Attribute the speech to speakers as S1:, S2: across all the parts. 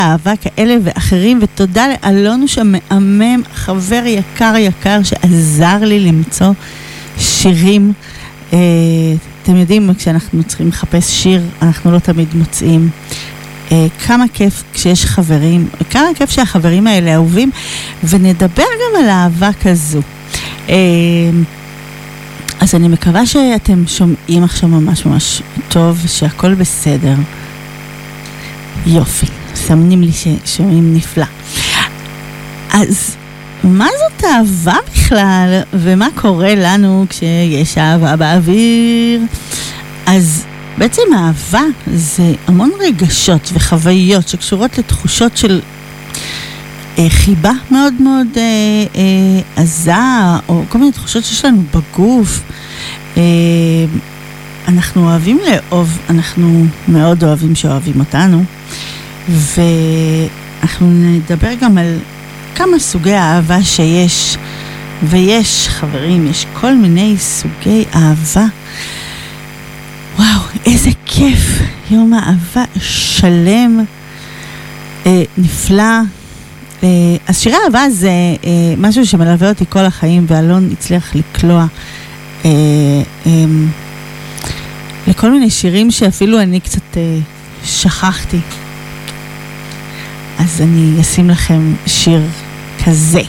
S1: אהבה כאלה ואחרים, ותודה לאלונו שמאמם, חבר יקר יקר שעזר לי למצוא שירים. אתם יודעים, כשאנחנו צריכים לחפש שיר, אנחנו לא תמיד מוצאים. כמה כיף כשיש חברים, כמה כיף שהחברים האלה אהובים, ונדבר גם על אהבה כזו. אז אני מקווה שאתם שומעים עכשיו ממש ממש טוב, שהכל בסדר. יופי, סמנים לי ששומעים נפלא. אז מה זאת אהבה בכלל, ומה קורה לנו כשיש אהבה באוויר? אז בעצם אהבה זה המון רגשות וחוויות שקשורות לתחושות של חיבה מאוד מאוד עזה, או כל מיני תחושות שיש לנו בגוף. אנחנו אוהבים לאהוב, אנחנו מאוד אוהבים שאוהבים אותנו, ואנחנו נדבר גם על כמה סוגי אהבה שיש, ויש חברים, יש כל מיני סוגי אהבה. וואו, איזה כיף, יום אהבה שלם, נפלא. אז שירי אהבה זה משהו שמלווה אותי כל החיים, ואלון הצליח לקלוע לכל מיני שירים שאפילו אני קצת שכחתי. אז אני אשים לכם שיר כזה.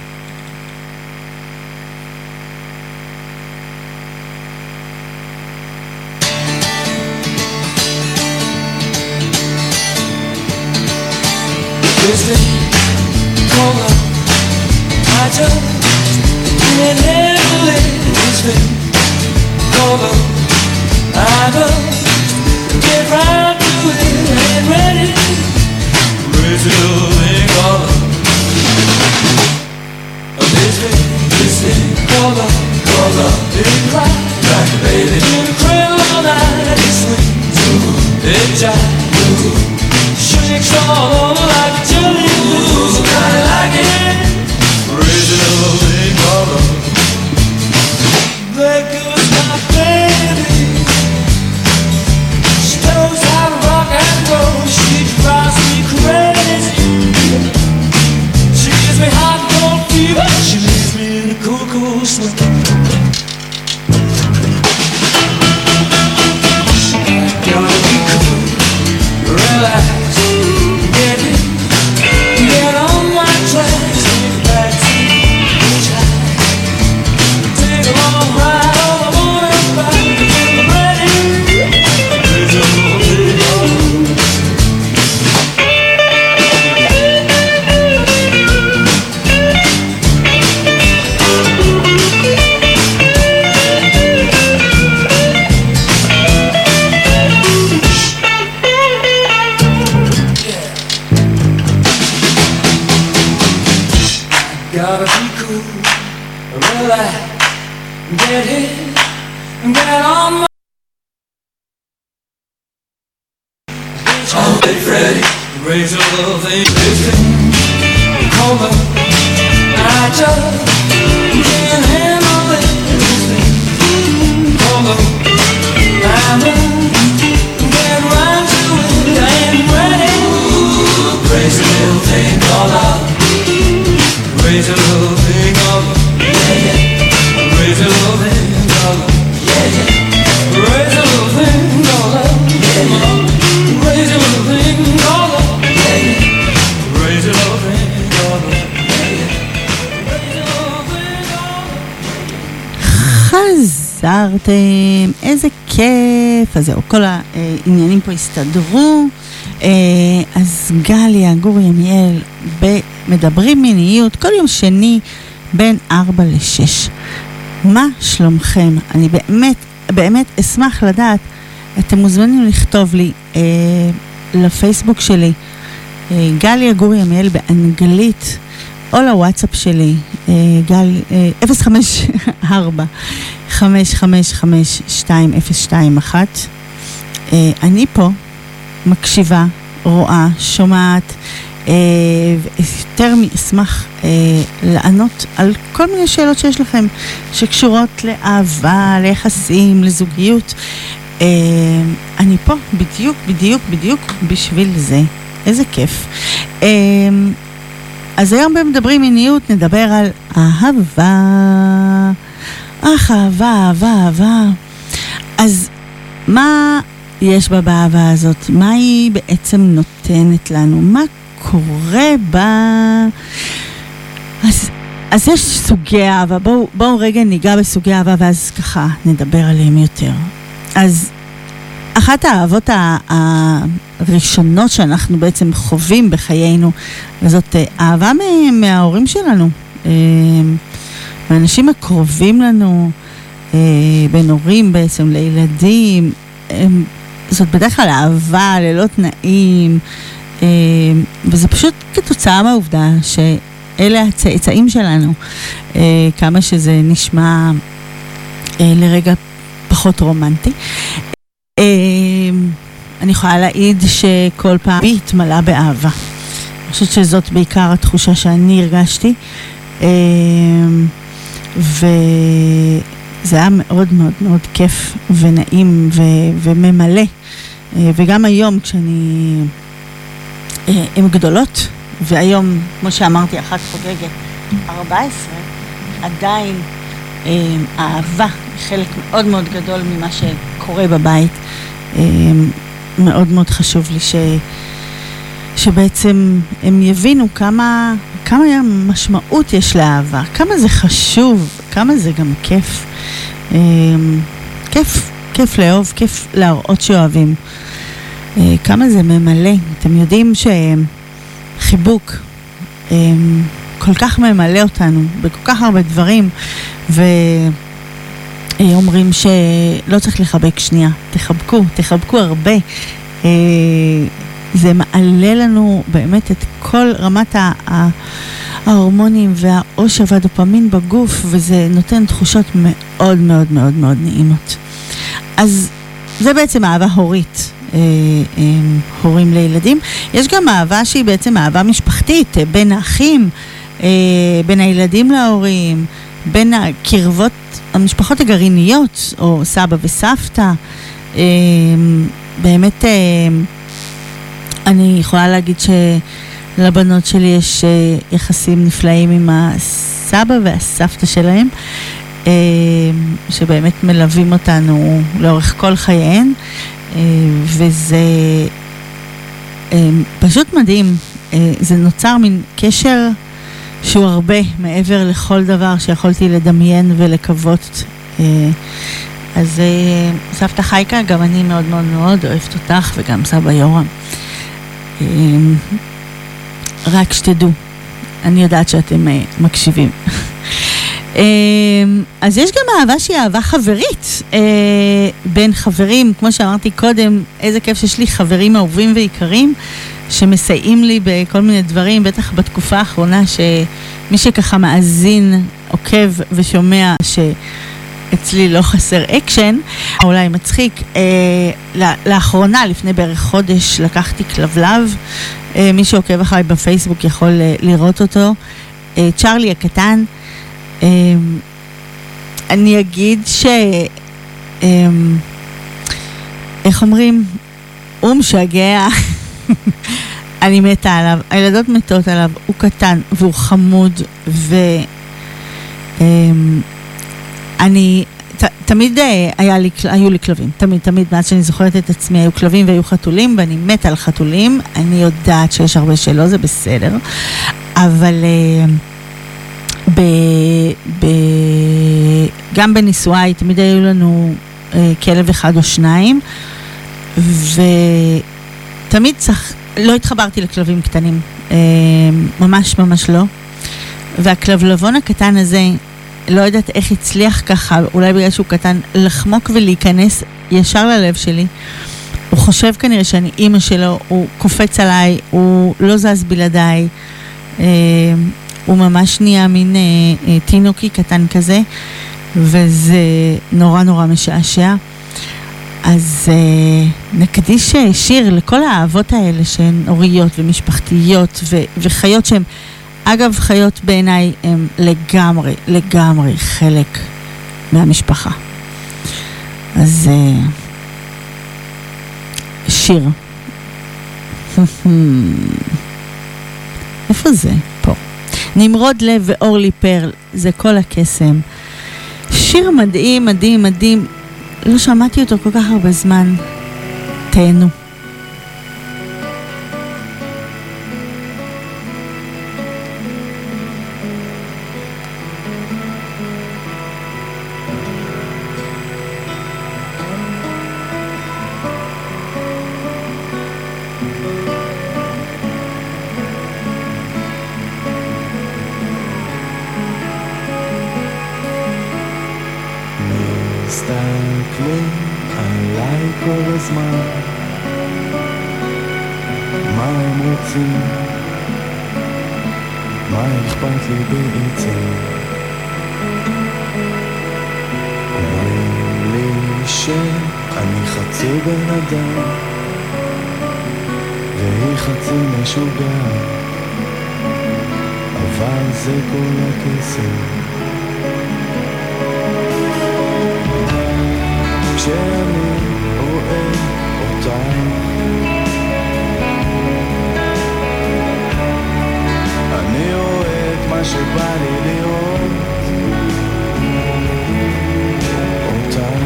S1: איזה כיף. אז זהו, כל העניינים פה הסתדרו. אז גליה, גורי ימיאל מדברים מיניות כל יום שני בין 4 ל-6. מה שלומכם? אני באמת אשמח לדעת. אתם מוזמנים לכתוב לי לפייסבוק שלי גליה גורי ימיאל באנגלית, או לוואטסאפ שלי גל 054-555-2021. אני פה מקשיבה, רואה, שומעת, ויותר מאשמח לענות על כל מיני שאלות שיש לכם שקשורות לאהבה, ליחסים, לזוגיות. אני פה בדיוק בשביל זה. איזה כיף. אז היום במדברים מיניות נדבר על אהבה. אהבה. אז מה יש בה באהבה הזאת? מה היא בעצם נותנת לנו? מה קורה בה? אז יש סוגי אהבה. בואו רגע ניגע בסוגי אהבה ואז ככה נדבר עליהם יותר. אז אחת האהבות הראשונות שאנחנו בעצם חווים בחיינו, זאת אהבה מההורים שלנו, מהאנשים הקרובים לנו, בין הורים בעצם לילדים. זאת בדרך כלל אהבה ללא תנאים, וזה פשוט כתוצאה מהעובדה שאלה הצאצאים שלנו, כמה שזה נשמע לרגע פחות רומנטי. אני יכולה להעיד שכל פעם בי התמלא באהבה. אני חושבת שזאת בעיקר התחושה שאני הרגשתי, וזה היה מאוד מאוד מאוד כיף ונעים וממלא. וגם היום כשאני עם גדולות, והיום כמו שאמרתי אחת חוגגת 14, עדיין האהבה היא חלק מאוד מאוד גדול ממה שקורה בבית. מאוד מאוד חשוב לי שבעצם הם יבינו כמה משמעות יש לאהבה, כמה זה חשוב, כמה זה גם כיף. כיף לאהוב, כיף להראות שאוהבים. כמה זה ממלא. אתם יודעים שחיבוק כל כך ממלא אותנו בכל כך הרבה דברים, אומרים שלא צריך לחבק שנייה, תחבקו הרבה. זה מעלה לנו באמת את כל רמת ההורמונים והאושר והדופמין בגוף, וזה נותן תחושות מאוד מאוד מאוד מאוד נעימות. אז זה בעצם אהבה הורית, הורים לילדים. יש גם אהבה שהיא בעצם אהבה משפחתית, בין האחים, בין הילדים להורים, בין הקרבות, המשפחות הגרעיניות, או סבא וסבתא. באמת, אני יכולה להגיד שלבנות שלי יש יחסים נפלאים עם הסבא והסבתא שלהם, שבאמת מלווים אותנו לאורך כל חייהן, וזה פשוט מדהים. זה נוצר מין קשר שהוא הרבה מעבר לכל דבר שיכולתי לדמיין ולקוות. אז סבתא חייקה, גם אני מאוד מאוד מאוד אוהבת אותך, וגם סבא יורם. רק שתדעו, אני יודעת שאתם מקשיבים. אז יש גם אהבה שהיא אהבה חברית, בין חברים, כמו שאמרתי קודם, איזה כיף שיש לי חברים אהובים ויקרים, שמסייעים לי בכל מיני דברים, בטח בתקופה האחרונה, שמי שככה מאזין, עוקב ושומע שאצלי לא חסר אקשן, אולי מצחיק, לאחרונה, לפני בערך חודש, לקחתי כלבלב, מי שעוקב אחרי בפייסבוק יכול לראות אותו, צ'רלי הקטן. אני אגיד איך אומרים, הוא משגע. אני מתה עליו, הילדות מתות עליו, הוא קטן והוא חמוד, ואני תמיד היו לי כלבים, תמיד מאז שאני זוכרת את עצמי היו כלבים והיו חתולים, ואני מתה על חתולים. אני יודעת שיש הרבה שלא, זה בסדר, אבל גם בנישואי תמיד היו לנו כלב אחד או שניים, ותמיד לא התחברתי לכלבים קטנים, ממש ממש לא. והכלבלבון הקטן הזה, לא יודעת איך הצליח ככה, אולי בגלל שהוא קטן, לחמוק ולהיכנס ישר ללב שלי. הוא חושב כנראה שאני אימא שלו, הוא קופץ עליי, הוא לא זז בלעדיי, הוא ממש נהיה מין תינוקי קטן כזה, וזה נורא נורא משעשע. אז נקדיש שיר לכל האהבות האלה שהן הוריות ומשפחתיות וחיות שהן, אגב, חיות בעיניי הן לגמרי חלק מהמשפחה. אז שיר. איפה זה? פה. נמרוד לב ואורלי פרל, זה כל הקסם. שיר מדהים, מדהים, מדהים. לא שמעתי אותו כל כך הרבה זמן. תהנו.
S2: מסתכלים עליי כל הזמן, מה הם רוצים, מה אכפת לי בעצם, אומרים לי שאני חצי בן אדם והיא חצי משוגע, אבל זה כל הקסם. כשאני רואה אותך אני רואה את מה שבא לי לראות אותך,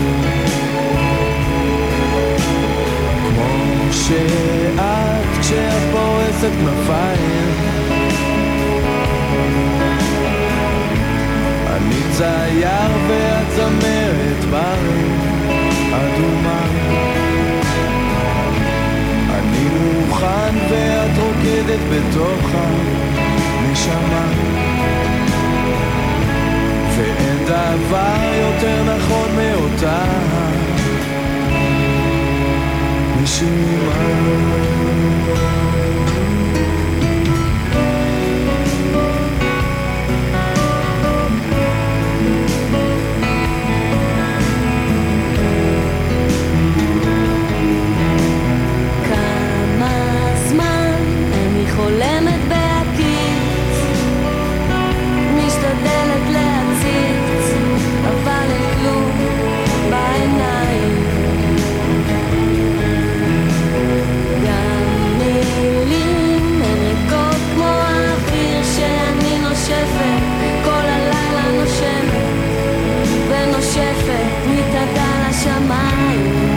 S2: כמו שאת כשאת פורסת כנפיים, אני צייר ואת זמרת ברים אדומה, אני מוכן ואת רוקדת בתוך הנשמה, ואין דבר יותר נכון מאותה נשימה.
S3: חולמת בהקיץ, משתדלת להציץ, אבל אין כלום בעיניים. גם מילים הן ריקות כמו האוויר שאני נושפת, כל הלילה נושמת ונושפת מתחת לשמיים.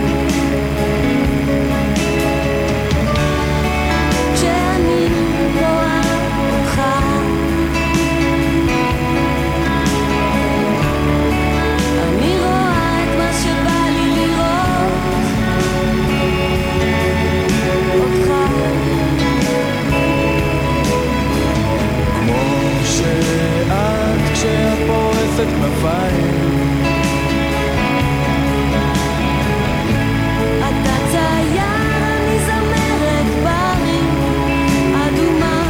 S2: כשאת פורסת כנפיים,
S3: אתה צייר, אני זמרת ברים אדומה,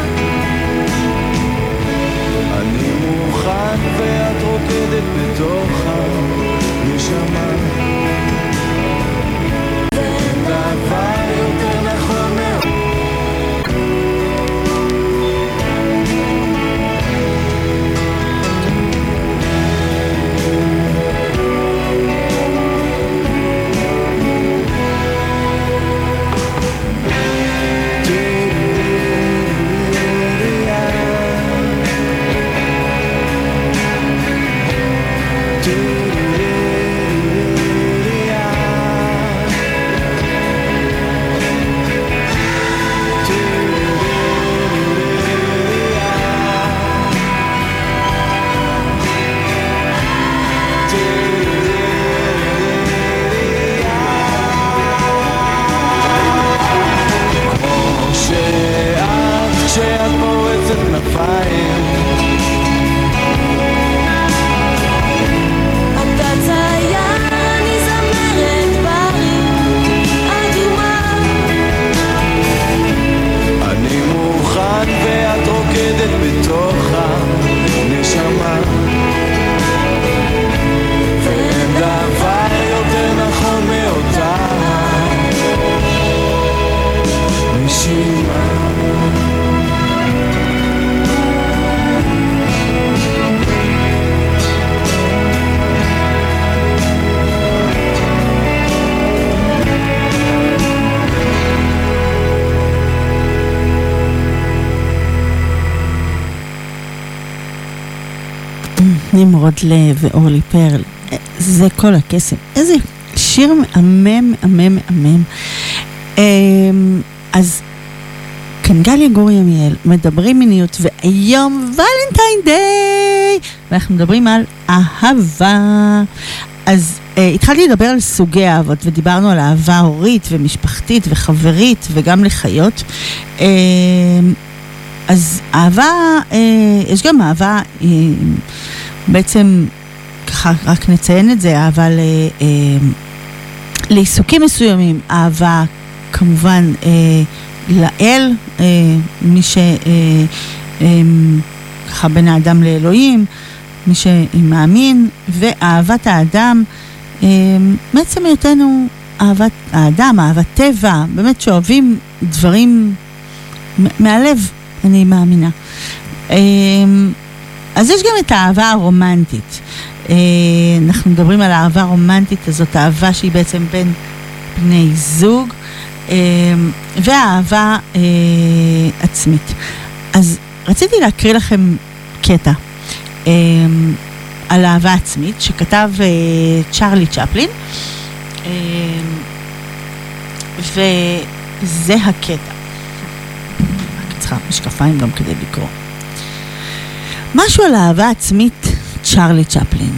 S2: אני מוכן ואת רוקדת בתוך הנשמה, ואין דבר יותר נכון מאוד. כשאת פורצת כנפיים,
S3: אתה צייר, אני זמרת ברים אדומה,
S2: אני מוכן ואת רוקדת בתוך הנשמה, ואין דבר יותר נכון מאותה נשימה.
S1: נמרוד לב ואורלי פרל, זה כל הקסם. איזה שיר מהמם, מהמם, מהמם. אז כאן גליה גור ימיאל, מדברים מיניות, והיום ולנטיין דיי, ואנחנו מדברים על אהבה. אז התחלתי לדבר על סוגי אהבות, ודיברנו על אהבה הורית ומשפחתית וחברית וגם לחיות. אז אהבה, יש גם אהבה, בעצם ככה רק נציין את זה, אהבה לעיסוקים מסוימים, אהבה כמובן לאל, מי ככה בין האדם לאלוהים, מי שמאמין, ואהבת האדם, בעצם היותנו אהבת האדם, אהבת טבע, באמת שאוהבים דברים מהלב, אני מאמינה. אז יש גם את האהבה הרומנטית. אנחנו מדברים על האהבה הרומנטית, אז זאת אהבה שהיא בעצם בין בני זוג, והאהבה עצמית. אז רציתי להקריא לכם קטע על אהבה עצמית שכתב צ'רלי צ'פלין, וזה הקטע. רק צריכה משקפיים גם כדי לקרוא. משהו על אהבה עצמית, צ'רלי צ'פלין.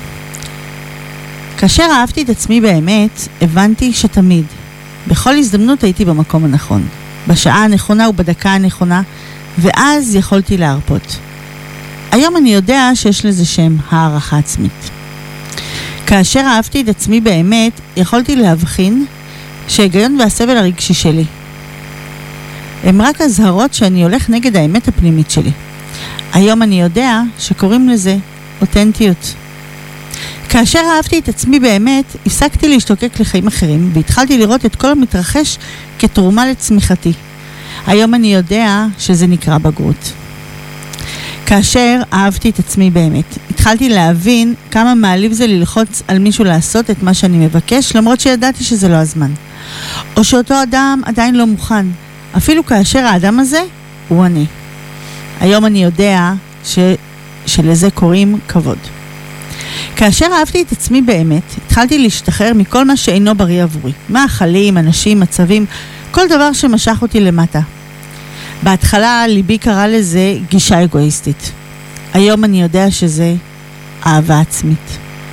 S1: כאשר אהבתי את עצמי באמת, הבנתי שתמיד, בכל הזדמנות הייתי במקום הנכון, בשעה הנכונה ובדקה הנכונה, ואז יכולתי להרפות. היום אני יודע שיש לזה שם, הערכה עצמית. כאשר אהבתי את עצמי באמת, יכולתי להבחין שההיגיון והסבל הרגשי שלי הם רק הזהרות שאני הולך נגד האמת הפנימית שלי. היום אני יודע שקוראים לזה אותנטיות. כאשר אהבתי את עצמי באמת, הפסקתי להשתוקק לחיים אחרים, והתחלתי לראות את כל המתרחש כתרומה לצמיחתי. היום אני יודע שזה נקרא בגרות. כאשר אהבתי את עצמי באמת, התחלתי להבין כמה מעליב זה ללחוץ על מישהו לעשות את מה שאני מבקש, למרות שידעתי שזה לא הזמן. או שאותו אדם עדיין לא מוכן, אפילו כאשר האדם הזה הוא אני. היום אני יודע שלזה קוראים כבוד. כאשר אהבתי את עצמי באמת, התחלתי להשתחרר מכל מה שאינו בריא עבורי. מאכלים, אנשים, מצבים, כל דבר שמשך אותי למטה. בהתחלה ליבי קרא לזה גישה אגואיסטית. היום אני יודע שזה אהבה עצמית.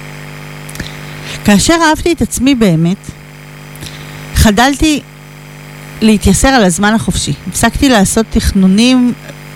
S1: כאשר אהבתי את עצמי באמת, חדלתי להתייסר על הזמן החופשי. הפסקתי לעשות תכנונים...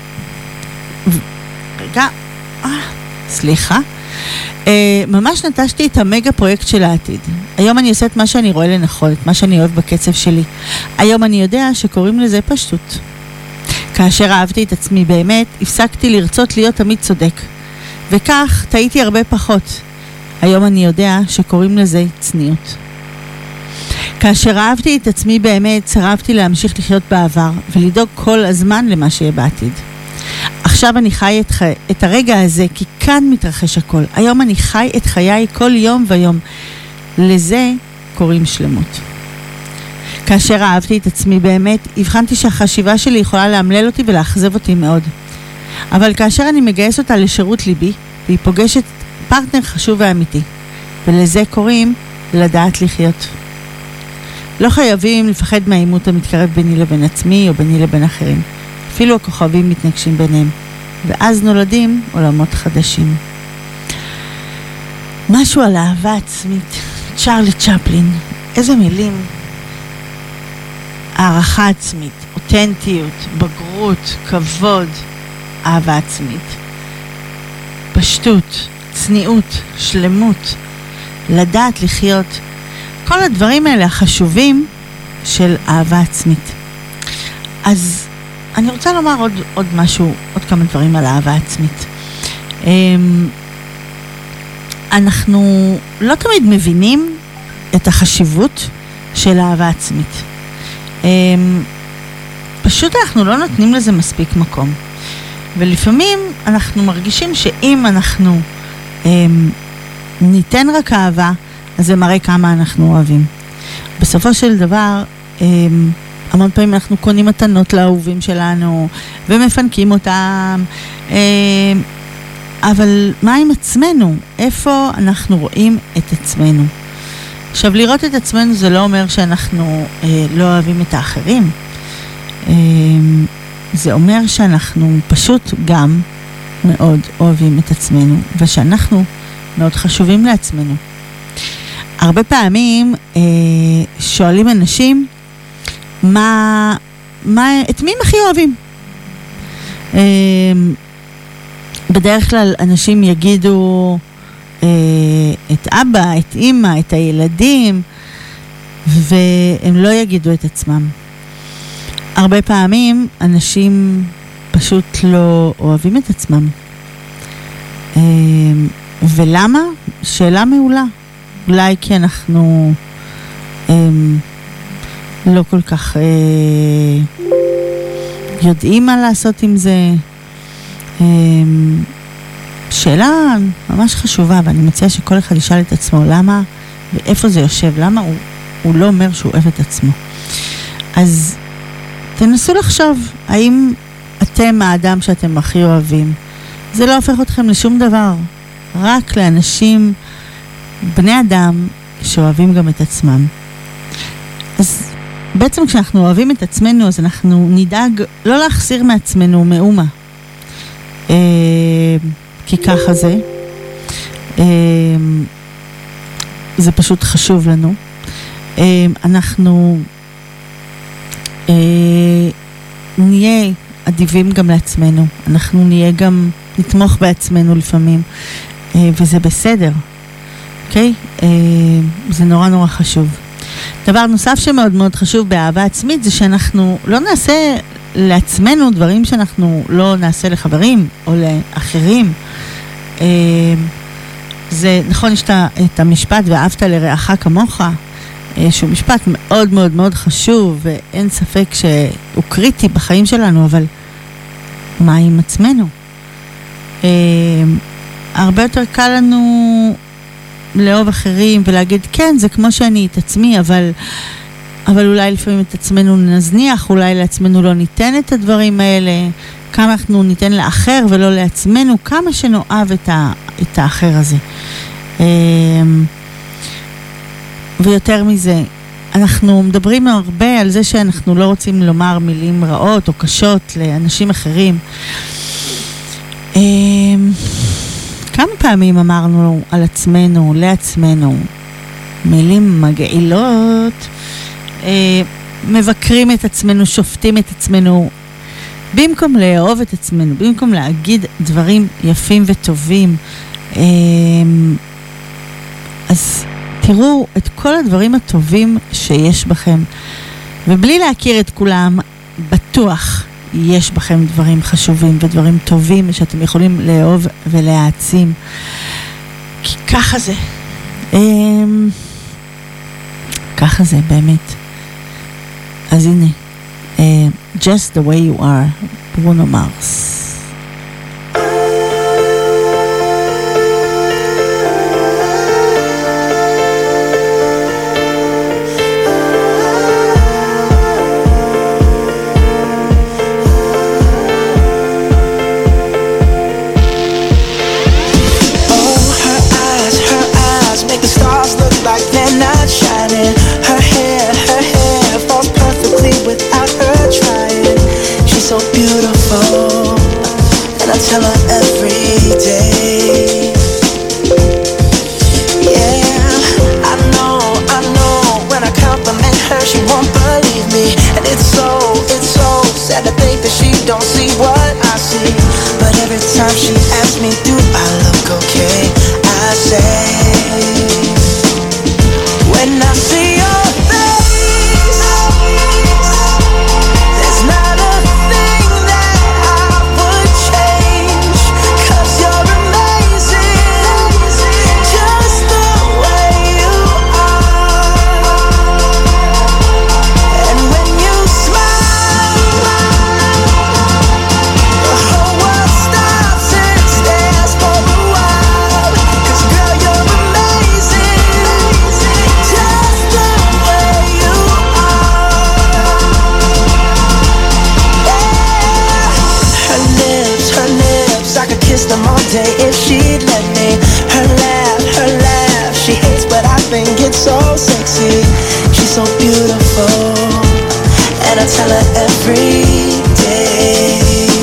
S1: רגע, סליחה. ממש נטשתי את המגה פרויקט של העתיד. היום אני עושה את מה שאני רואה לנכון, את מה שאני אוהב בקצב שלי. היום אני יודע שקוראים לזה פשטות. כאשר אהבתי את עצמי באמת, הפסקתי לרצות להיות תמיד צודק. וכך טעיתי הרבה פחות. היום אני יודע שקוראים לזה צניעות. כאשר אהבתי את עצמי באמת, סירבתי להמשיך לחיות בעבר, ולדאוג כל הזמן למה שיהיה בעתיד. עכשיו אני חי את הרגע הזה, כי כאן מתרחש הכל. היום אני חי את חיי כל יום ויום. לזה קוראים שלמות. כאשר אהבתי את עצמי באמת, הבחנתי שהחשיבה שלי יכולה להמלל אותי ולאכזב אותי מאוד. אבל כאשר אני מגייס אותה לשירות ליבי, והיא פוגשת פרטנר חשוב ואמיתי. ולזה קוראים לדעת לחיות. לא חייבים לפחד מהעימות המתקרב ביני לבין עצמי או ביני לבין אחרים. אפילו הכוכבים מתנגשים ביניהם. ואז נולדים עולמות חדשים. משהו על אהבה עצמית. צ'רלי צ'פלין. איזה מילים. הערכה עצמית, אותנטיות, בגרות, כבוד, אהבה עצמית. פשטות, צניעות, שלמות, לדעת לחיות. כל הדברים האלה החשובים של אהבה עצמית. אז אני רוצה לומר עוד משהו, עוד כמה דברים על אהבה עצמית. אנחנו לא תמיד מבינים את החשיבות של אהבה עצמית. פשוט אנחנו לא נותנים לזה מספיק מקום. ולפעמים אנחנו מרגישים שאם אנחנו ניתן רק אהבה, אז זה מראה כמה אנחנו אוהבים. בסופו של דבר, המון פעמים אנחנו קונים מתנות לאהובים שלנו, ומפנקים אותם, אבל מה עם עצמנו? איפה אנחנו רואים את עצמנו? עכשיו, לראות את עצמנו זה לא אומר שאנחנו לא אוהבים את האחרים. זה אומר שאנחנו פשוט גם מאוד אוהבים את עצמנו, ושאנחנו מאוד חשובים לעצמנו. הרבה פעמים שואלים אנשים, את מי הם הכי אוהבים? בדרך כלל אנשים יגידו את אבא, את אמא, את הילדים, והם לא יגידו את עצמם. הרבה פעמים אנשים פשוט לא אוהבים את עצמם. ולמה? שאלה מעולה. אולי כי אנחנו לא כל כך יודעים מה לעשות עם זה. שאלה ממש חשובה, ואני מציעה שכל אחד ישאל את עצמו למה ואיפה זה יושב, למה הוא לא אומר שהוא אוהב את עצמו. אז תנסו לחשוב, האם אתם האדם שאתם הכי אוהבים? זה לא הופך אתכם לשום דבר, רק לאנשים, בני אדם, שאוהבים גם את עצמם. אז בעצם כשאנחנו אוהבים את עצמנו, אז אנחנו נדאג לא להחסיר מעצמנו מאומה. כי ככה זה. זה פשוט חשוב לנו. אנחנו נהיה אדיבים גם לעצמנו. אנחנו נהיה גם נתמוך בעצמנו לפעמים. וזה בסדר. אוקיי? זה נורא נורא חשוב. דבר נוסף שמאוד מאוד חשוב באהבה עצמית זה שאנחנו לא נעשה לעצמנו דברים שאנחנו לא נעשה לחברים או לאחרים. זה נכון, יש את המשפט ואהבת לרעך כמוך, שהוא משפט מאוד מאוד מאוד חשוב ואין ספק שהוא קריטי בחיים שלנו, אבל מה עם עצמנו? הרבה יותר קל לנו לאהוב אחרים ולהגיד כן, זה כמו שאני את עצמי, אבל אולי לפעמים את עצמנו נזניח, אולי לעצמנו לא ניתן את הדברים האלה, כמה אנחנו ניתן לאחר ולא לעצמנו, כמה שנאהב את האחר הזה. ויותר מזה, אנחנו מדברים הרבה על זה שאנחנו לא רוצים לומר מילים רעות או קשות לאנשים אחרים. כמה פעמים אמרנו על עצמנו, לעצמנו, מילים מגעילות, מבקרים את עצמנו, שופטים את עצמנו, במקום לאהוב את עצמנו, במקום להגיד דברים יפים וטובים. אז תראו את כל הדברים הטובים שיש בכם, ובלי להכיר את כולם, בטוח יש בכם דברים חשובים ודברים טובים שאתם יכולים לאהוב ולהעצים, כי ככה זה. ככה זה באמת. אז הנה, Just the way you are, ברונו מרס.
S4: Tell her every day. Yeah, I know when I compliment her she won't believe me, and it's so sad to think that she don't see what I see. But every time she asks me do I look okay, I say, when I see your face, there's not a thing that I would change, 'cause you're amazing, just the way you are. And when you smile, the whole world stops and stares for a while, 'cause girl you're amazing, just the way you are. Yeah. Her lips, I could kiss them all day if she'd let me. Her laugh, she hates but I think it's so sexy. She's so beautiful, and I tell her every day.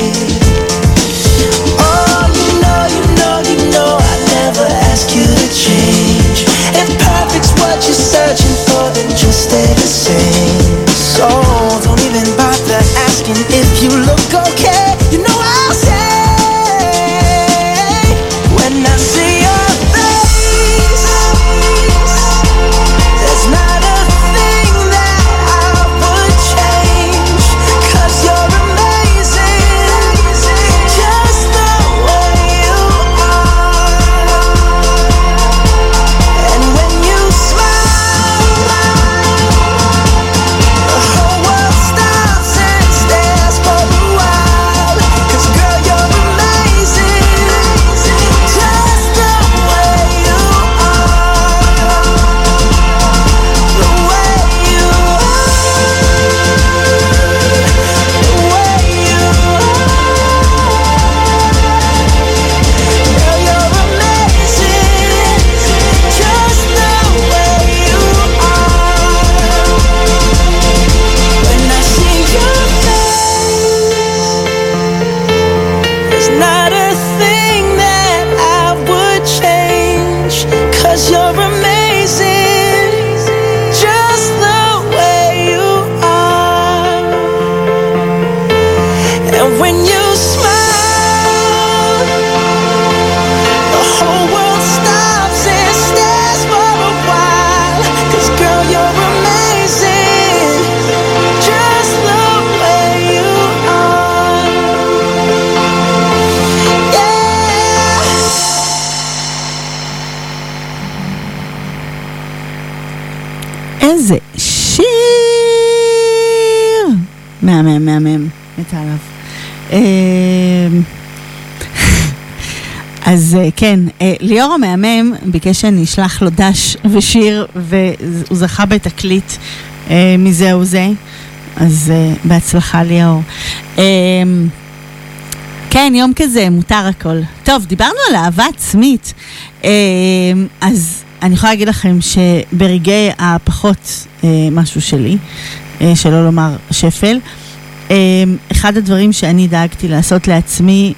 S4: Oh, you know I'd never ask you to change. If perfect's what you're searching for, then just stay the same. So don't even bother asking if you look okay. You know I'll say when I see your face, there's not a thing that I would change. 'Cause you're amazing, just the way you are. And when you smile, the whole world stops and stares for a while. 'Cause girl, you're amazing, just the way you are. The way you are, the way you are. Girl, you're amazing, just the way you are. When I see your face, there's not a thing that I would change. 'Cause you're amazing, just the way you are. And when you smile, the whole world stops and stares for a while. 'Cause girl, you're amazing, just the way you are. Yeah.
S1: איזה שיר! מהמם, מתה עליו. אז כן, ליאור המהמם ביקש שאני אשלח לו דש ושיר, והוא זכה בתקליט מזהו זה, אז בהצלחה ליאור. כן, יום כזה, מותר הכל. טוב, דיברנו על אהבה עצמית, אז אני יכולה להגיד לכם שברגעי הפחות משהו שלי, שלא לומר שפל, אחד הדברים שאני דאגתי לעשות לעצמי,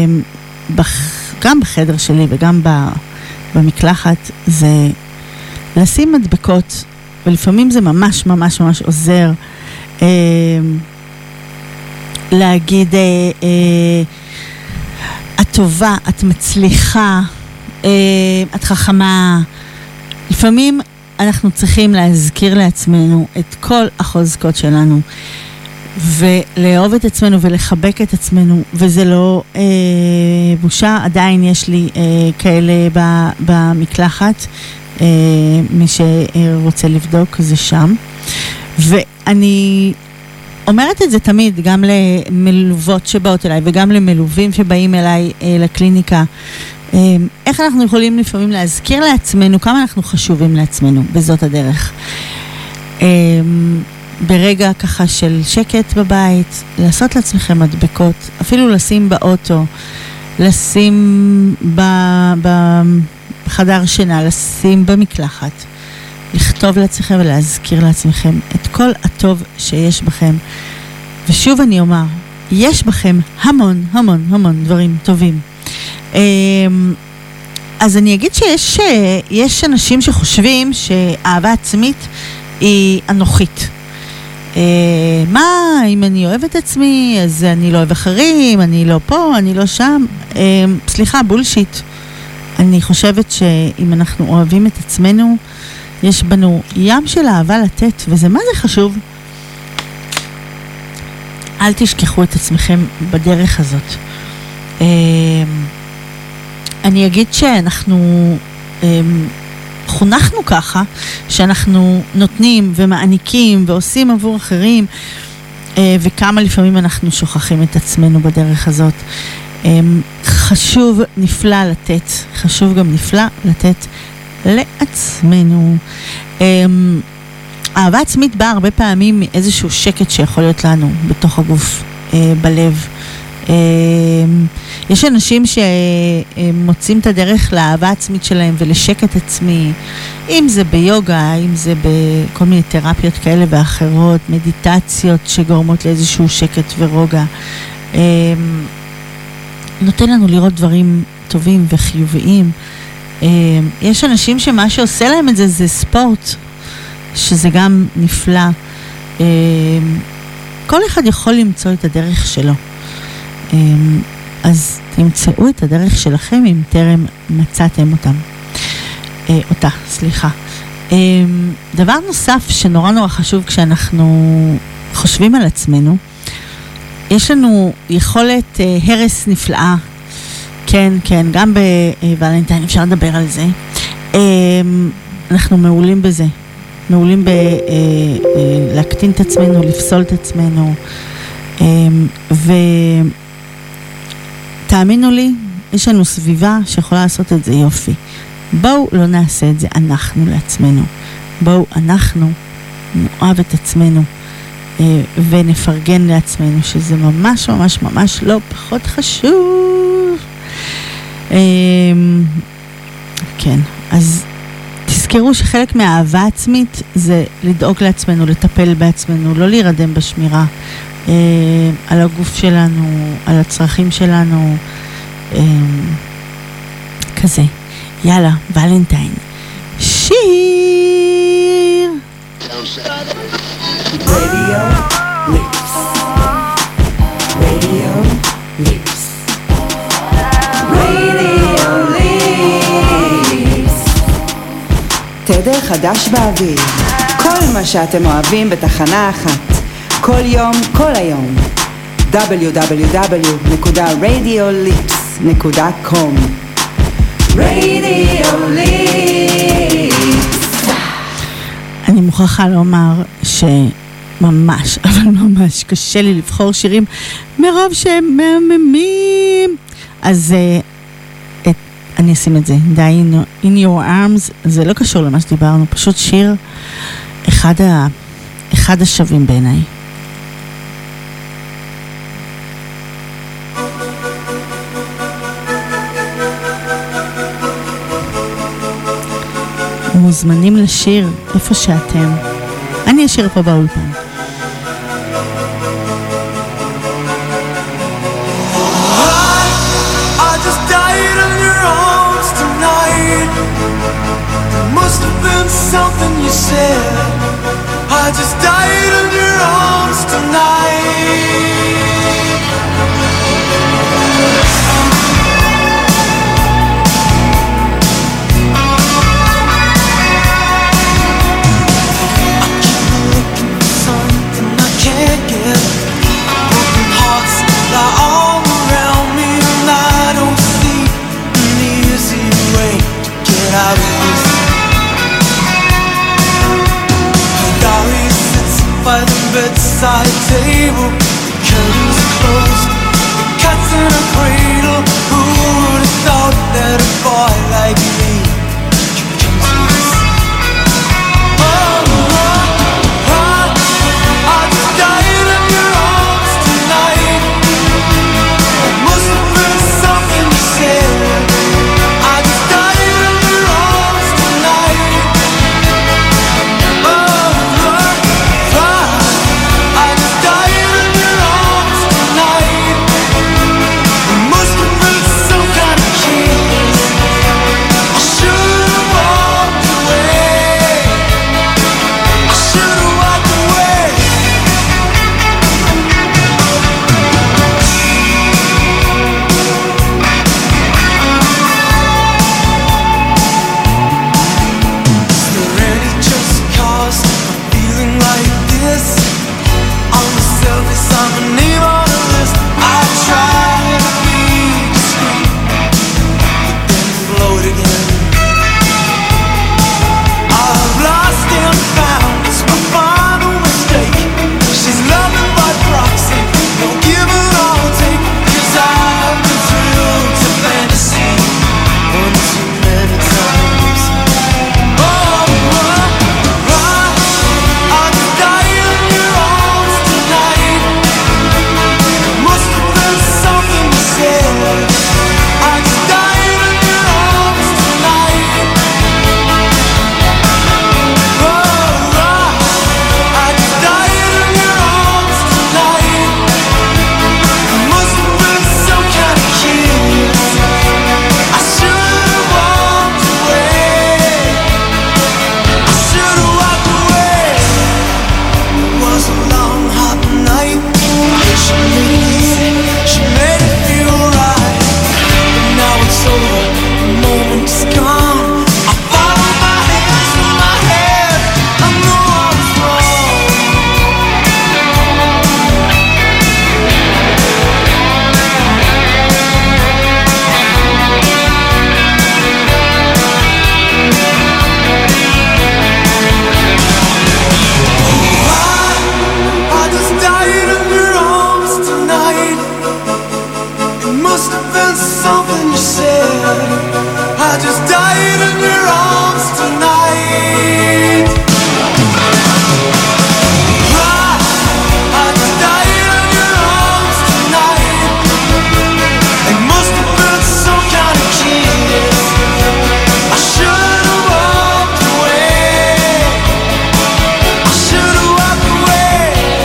S1: גם בחדר שלי וגם במקלחת, זה לשים מדבקות, ולפעמים זה ממש ממש ממש עוזר, להגיד, את טובה, את מצליחה, את חכמה. לפעמים אנחנו צריכים להזכיר לעצמנו את כל החוזקות שלנו, ולאהוב את עצמנו ולחבק את עצמנו, וזה לא בושה. עדיין יש לי כאלה במקלחת, מי שרוצה לבדוק זה שם. ואני אומרת את זה תמיד, גם למלוות שבאות אליי, וגם למלווים שבאים אליי לקליניקה, איך אנחנו יכולים לפעמים להזכיר לעצמנו כמה אנחנו חשובים לעצמנו, בזאת הדרך. ברגע ככה של שקט בבית, לעשות לעצמכם מדבקות, אפילו לשים באוטו, לשים בחדר שינה, לשים במקלחת, לכתוב לעצמכם ולהזכיר לעצמכם את כל הטוב שיש בכם. ושוב אני אומר, יש בכם המון המון המון דברים טובים. אז אני אגיד שיש אנשים שחושבים שאהבה עצמית היא אנוכית. מה, אם אני אוהב את עצמי, אז אני לא אוהב אחרים, אני לא פה, אני לא שם. סליחה, בולשיט. אני חושבת שאם אנחנו אוהבים את עצמנו, יש בנו ים של אהבה לתת, וזה מה זה חשוב. אל תשכחו את עצמכם בדרך הזאת. אני אגיד שאנחנו חונכנו ככה, שאנחנו נותנים ומעניקים ועושים עבור אחרים, וכמה לפעמים אנחנו שוכחים את עצמנו בדרך הזאת. חשוב נפלא לתת, חשוב גם נפלא לתת לעצמנו. אהבה עצמית באה הרבה פעמים מאיזשהו שקט שיכול להיות לנו בתוך הגוף, בלב. יש אנשים שמוצאים את הדרך לאהבה עצמית שלהם ולשקט עצמי, אם זה ביוגה, אם זה בכל מיני תרפיות כאלה ואחרות, מדיטציות שגורמות לאיזשהו שקט ורוגע. נותן לנו לראות דברים טובים וחיוביים. יש אנשים שמה שעושה להם את זה זה ספורט, שזה גם נפלא. כל אחד יכול למצוא את הדרך שלו. אז תמצאו את הדרך שלכם אם טרם מצאתם אותה, סליחה. דבר נוסף שנורא נורא חשוב כשאנחנו חושבים על עצמנו, יש לנו יכולת הרס נפלאה. כן, כן, גם בוולנטיין אפשר לדבר על זה. אנחנו מעולים בזה. מעולים להקטין את עצמנו, לפסול את עצמנו. ותאמינו לי, יש לנו סביבה שיכולה לעשות את זה יופי. בואו לא נעשה את זה אנחנו לעצמנו. בואו אנחנו נאהב את עצמנו ונפרגן לעצמנו, שזה ממש ממש ממש לא פחות חשוב. כן, אז תזכרו שחלק מהאהבה עצמית זה לדאוג לעצמנו, לטפל בעצמנו, לא להירדם בשמירה על הגוף שלנו, על הצרכים שלנו, כזה. יאללה, ולנטיין. שיר!
S5: Radio Lips. Radio Lips. Radio Lips. תדר חדש באוויר. כל מה שאתם אוהבים בתחנה אחת. כל יום, כל היום. www.radiolips.com. Radio Lips.
S1: אני מוכרחה לומר שממש, אבל ממש קשה לי לבחור שירים מרוב שהם מהממים. אז אני אשים את זה, Die in your arms, זה לא קשור למה שדיברנו, פשוט שיר אחד השווים בעיניי. מוזמנים לשיר איפה שאתם. אני אשיר פה באולפן.
S2: I just died in your arms tonight. There must have been something you said. I just died in your arms tonight. By the bedside table, I just died in your arms tonight. I just died in your arms tonight. It must have been some kind of kiss. I should have walked away. I should have walked away.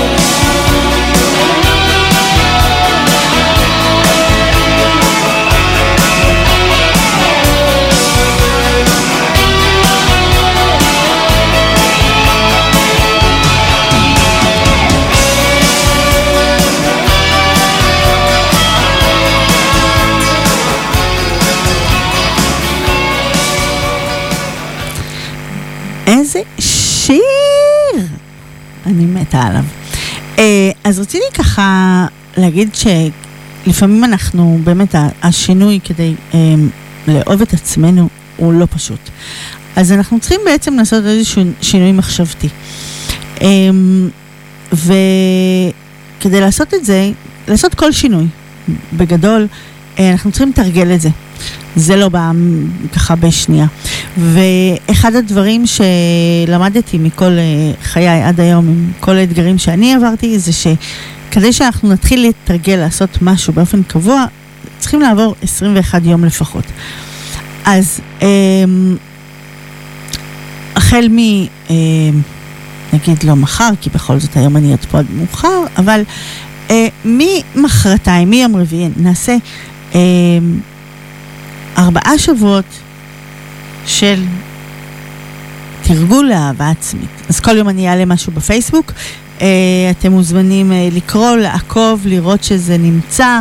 S1: איזה שיר! אני מתה עליו. אז רציתי ככה להגיד שלפעמים אנחנו, באמת השינוי כדי לאהוב את עצמנו הוא לא פשוט. אז אנחנו צריכים בעצם לעשות איזשהו שינוי מחשבתי. וכדי לעשות את זה, לעשות כל שינוי, בגדול, אנחנו צריכים לתרגל את זה. זה לא בא ככה בשנייה. ואחד הדברים שלמדתי מכל חיי עד היום, עם כל האתגרים שאני עברתי, זה שכדי שאנחנו נתחיל להתרגל לעשות משהו באופן קבוע, צריכים לעבור 21 יום לפחות. אז החל נגיד לא מחר, כי בכל זאת היום אני עוד פה עד מאוחר, אבל ממחרתיים, מיום רביעי, נעשה 4 שבועות של תרגול לאהבה עצמית. אז כל יום אני אעלה משהו בפייסבוק, אתם מוזמנים לקרוא, לעקוב, לראות שזה נמצא,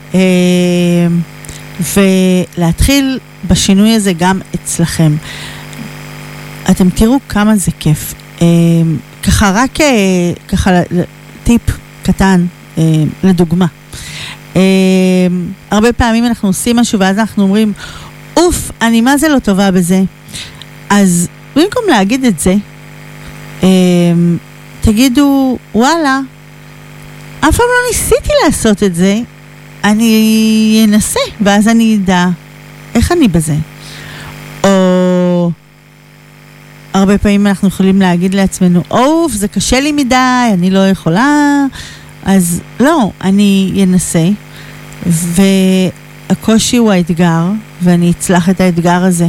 S1: ולהתחיל בשינוי הזה גם אצלכם. אתם תראו כמה זה כיף. ככה רק ככה טיפ קטן לדוגמה. הרבה פעמים אנחנו עושים משהו ואז אנחנו אומרים, אוף, אני מה זה לא טובה בזה. אז במקום להגיד את זה, תגידו, וואלה, אף פעם לא ניסיתי לעשות את זה, אני אנסה, ואז אני אדע איך אני בזה. או הרבה פעמים אנחנו יכולים להגיד לעצמנו, אוף, זה קשה לי מדי, אני לא יכולה, אז לא, אני אנסה, והקושי הוא האתגר, ואני אצלח את האתגר הזה.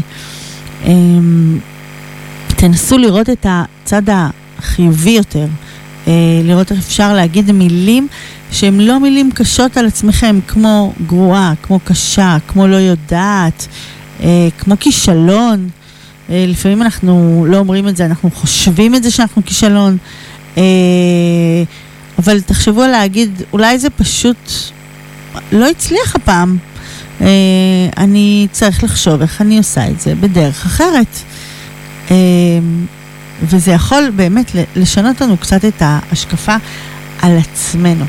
S1: תנסו לראות את הצד החיובי יותר, לראות איך אפשר להגיד מילים שהן לא מילים קשות על עצמכם, כמו גרועה, כמו קשה, כמו לא יודעת, כמו כישלון. לפעמים אנחנו לא אומרים את זה, אנחנו חושבים את זה שאנחנו כישלון, אבל תחשבו על להגיד, אולי זה פשוט לא הצליח הפעם, אני צריך לחשוב איך אני עושה את זה בדרך אחרת. וזה יכול באמת לשנות לנו קצת את ההשקפה על עצמנו.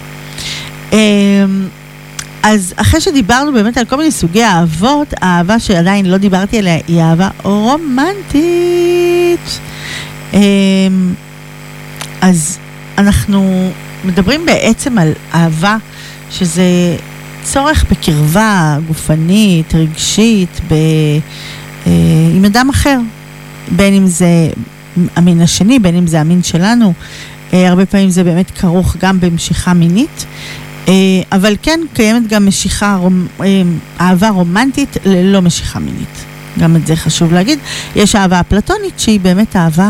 S1: אז אחרי שדיברנו באמת על כל מיני סוגי אהבות, האהבה שעדיין לא דיברתי עליה היא אהבה רומנטית. אז אנחנו מדברים בעצם על אהבה שזה צורך בקרבה גופנית, רגשית, עם אדם אחר. בין אם זה המין השני, בין אם זה המין שלנו. הרבה פעמים זה באמת כרוך גם במשיכה מינית. אבל כן, קיימת גם אהבה רומנטית ללא משיכה מינית. גם את זה חשוב להגיד. יש אהבה אפלטונית שהיא באמת אהבה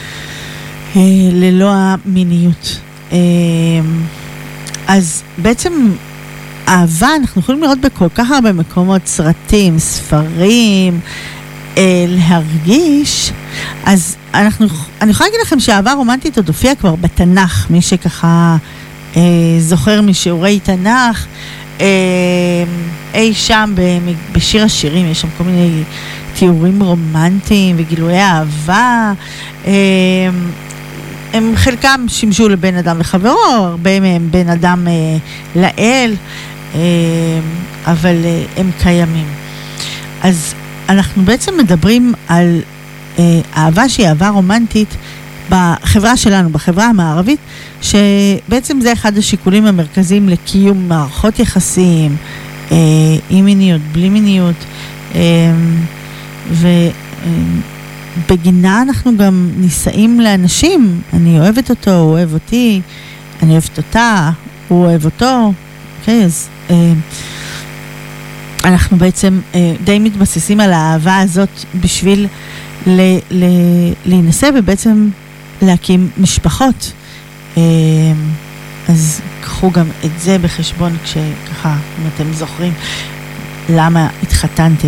S1: ללא המיניות. אז בעצם אהבה אנחנו יכולים לראות בכל כך הרבה מקומות, סרטים, ספרים, להרגיש. אז אני יכולה להגיד לכם שהאהבה רומנטית עוד הופיעה כבר בתנ"ך, מי שככה זוכר משיעורי תנ"ך, אי שם בשיר השירים, יש שם כל מיני תיאורים רומנטיים וגילויי אהבה. הם חלקם שימשו לבן אדם לחברו, הרבה מהם בן אדם לאל, אבל הם קיימים. אז אנחנו בעצם מדברים על אהבה שהיא אהבה רומנטית בחברה שלנו, בחברה המערבית, שבעצם זה אחד השיקולים המרכזיים לקיום מערכות יחסים, עם מיניות, בלי מיניות, ובגינה אנחנו גם נישאים לאנשים, אני אוהבת אותו, הוא אוהב אותי, אני אוהבת אותה, הוא אוהב אותו, אוקיי, אז אנחנו בעצם די מתבססים על האהבה הזאת בשביל להינשא ובעצם להקים משפחות. אז קחו גם את זה בחשבון כשככה, אם אתם זוכרים למה התחתנתם.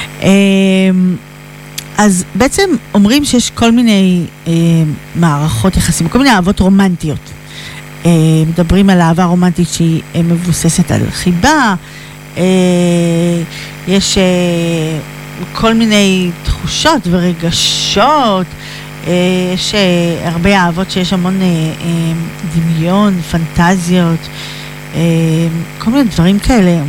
S1: אז בעצם אומרים שיש כל מיני מערכות יחסים, כל מיני אהבות רומנטיות. מדברים על אהבה רומנטית שהיא מבוססת על חיבה, יש כל מיני תחושות ורגשות, יש הרבה אהבות שיש המון דמיון, פנטזיות, כל מיני דברים כאלה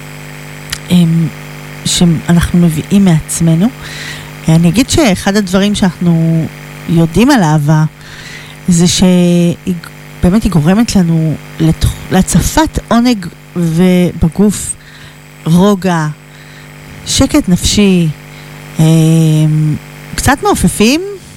S1: שאנחנו מביאים מעצמנו. אני אגיד שאחד הדברים שאנחנו יודעים על אהבה זה שבאמת היא גורמת לנו להצפת עונג ובגוף, רוגע, שקט נפשי, קצת מעופפים,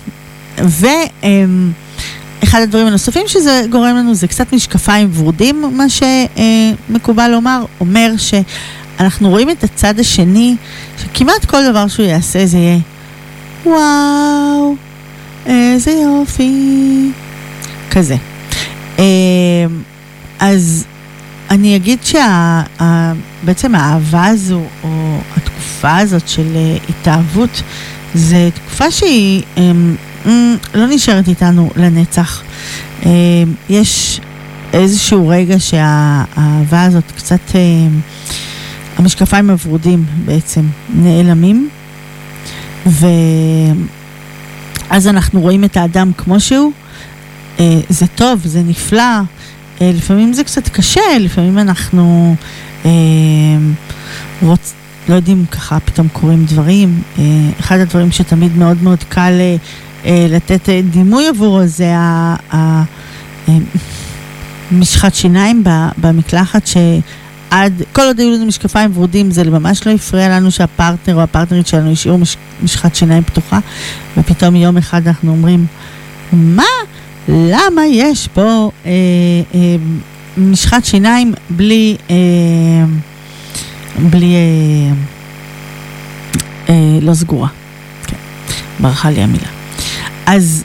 S1: ואחד הדברים הנוספים שזה גורם לנו זה קצת משקפיים ורודים, מה שמקובל לומר, אומר שאנחנו רואים את הצד השני, שכמעט כל דבר שהוא יעשה זה יהיה וואו, איזה יופי, כזה. אז אני אגיד שבעצם האהבה הזו, או התקופה הזאת של התאהבות, זה תקופה שהיא לא נשארת איתנו לנצח. יש איזשהו רגע שהאהבה הזאת קצת, המשקפיים הוורודים בעצם נעלמים, ואז אנחנו רואים את האדם כמו שהוא. זה טוב, זה נפלא, לפעמים זה קצת קשה, לפעמים אנחנו לא יודעים, ככה פתאום קוראים דברים. אחד הדברים שתמיד מאוד מאוד קל לתת דימוי עבורו זה משחת שיניים במקלחת, שעד כל עוד היו לנו משקפיים ורודים זה ממש לא הפריע לנו שהפרטנר או הפרטנרית שלנו השאירו משחת שיניים פתוחה, ופתאום יום אחד אנחנו אומרים, מה? למה יש פה משחת שיניים בלי לא סגורה? כן, ברכה לי המילה. אז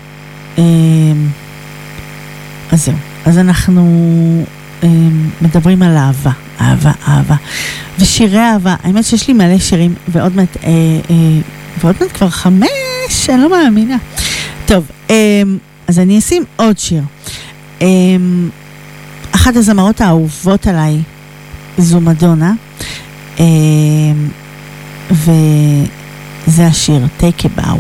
S1: זהו. אז אנחנו מדברים על אהבה, אהבה, אהבה. ושירי אהבה. האמת שיש לי מלא שירים, ועוד מעט כבר 5, אני לא מאמינה. טוב, אז אני אשים עוד שיר. אחת הזמרות האהובות עליי זו מדונה, וזה השיר Take a Bow.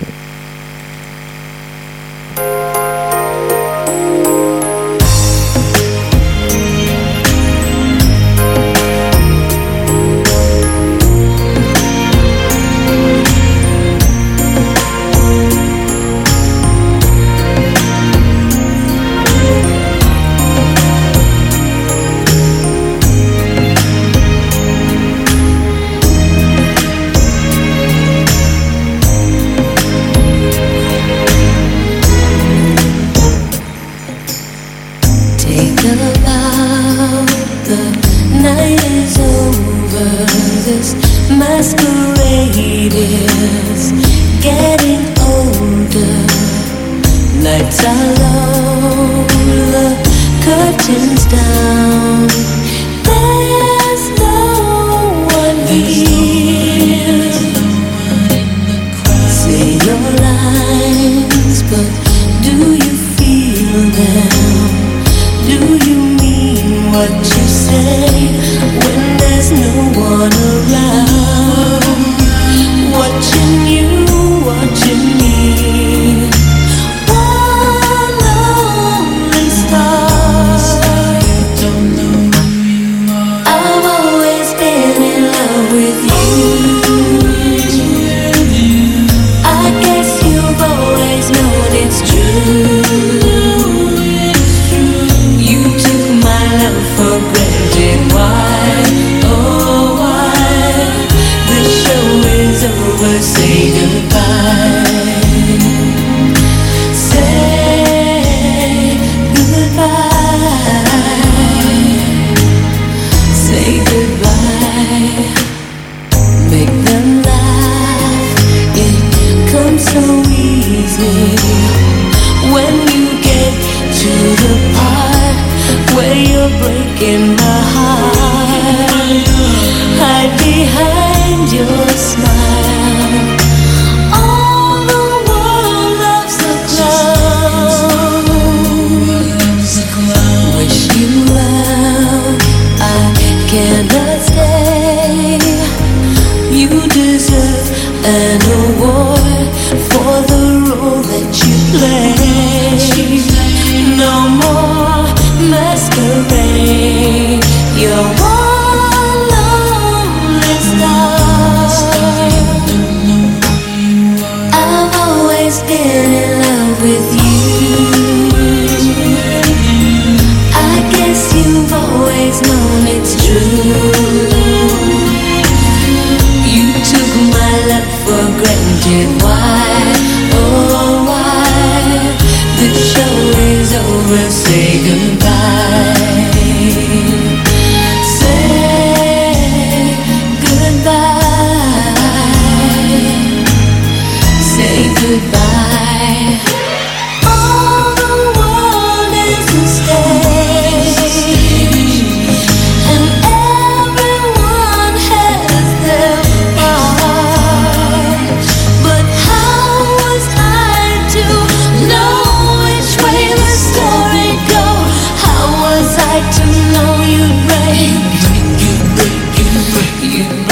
S3: One lonely star.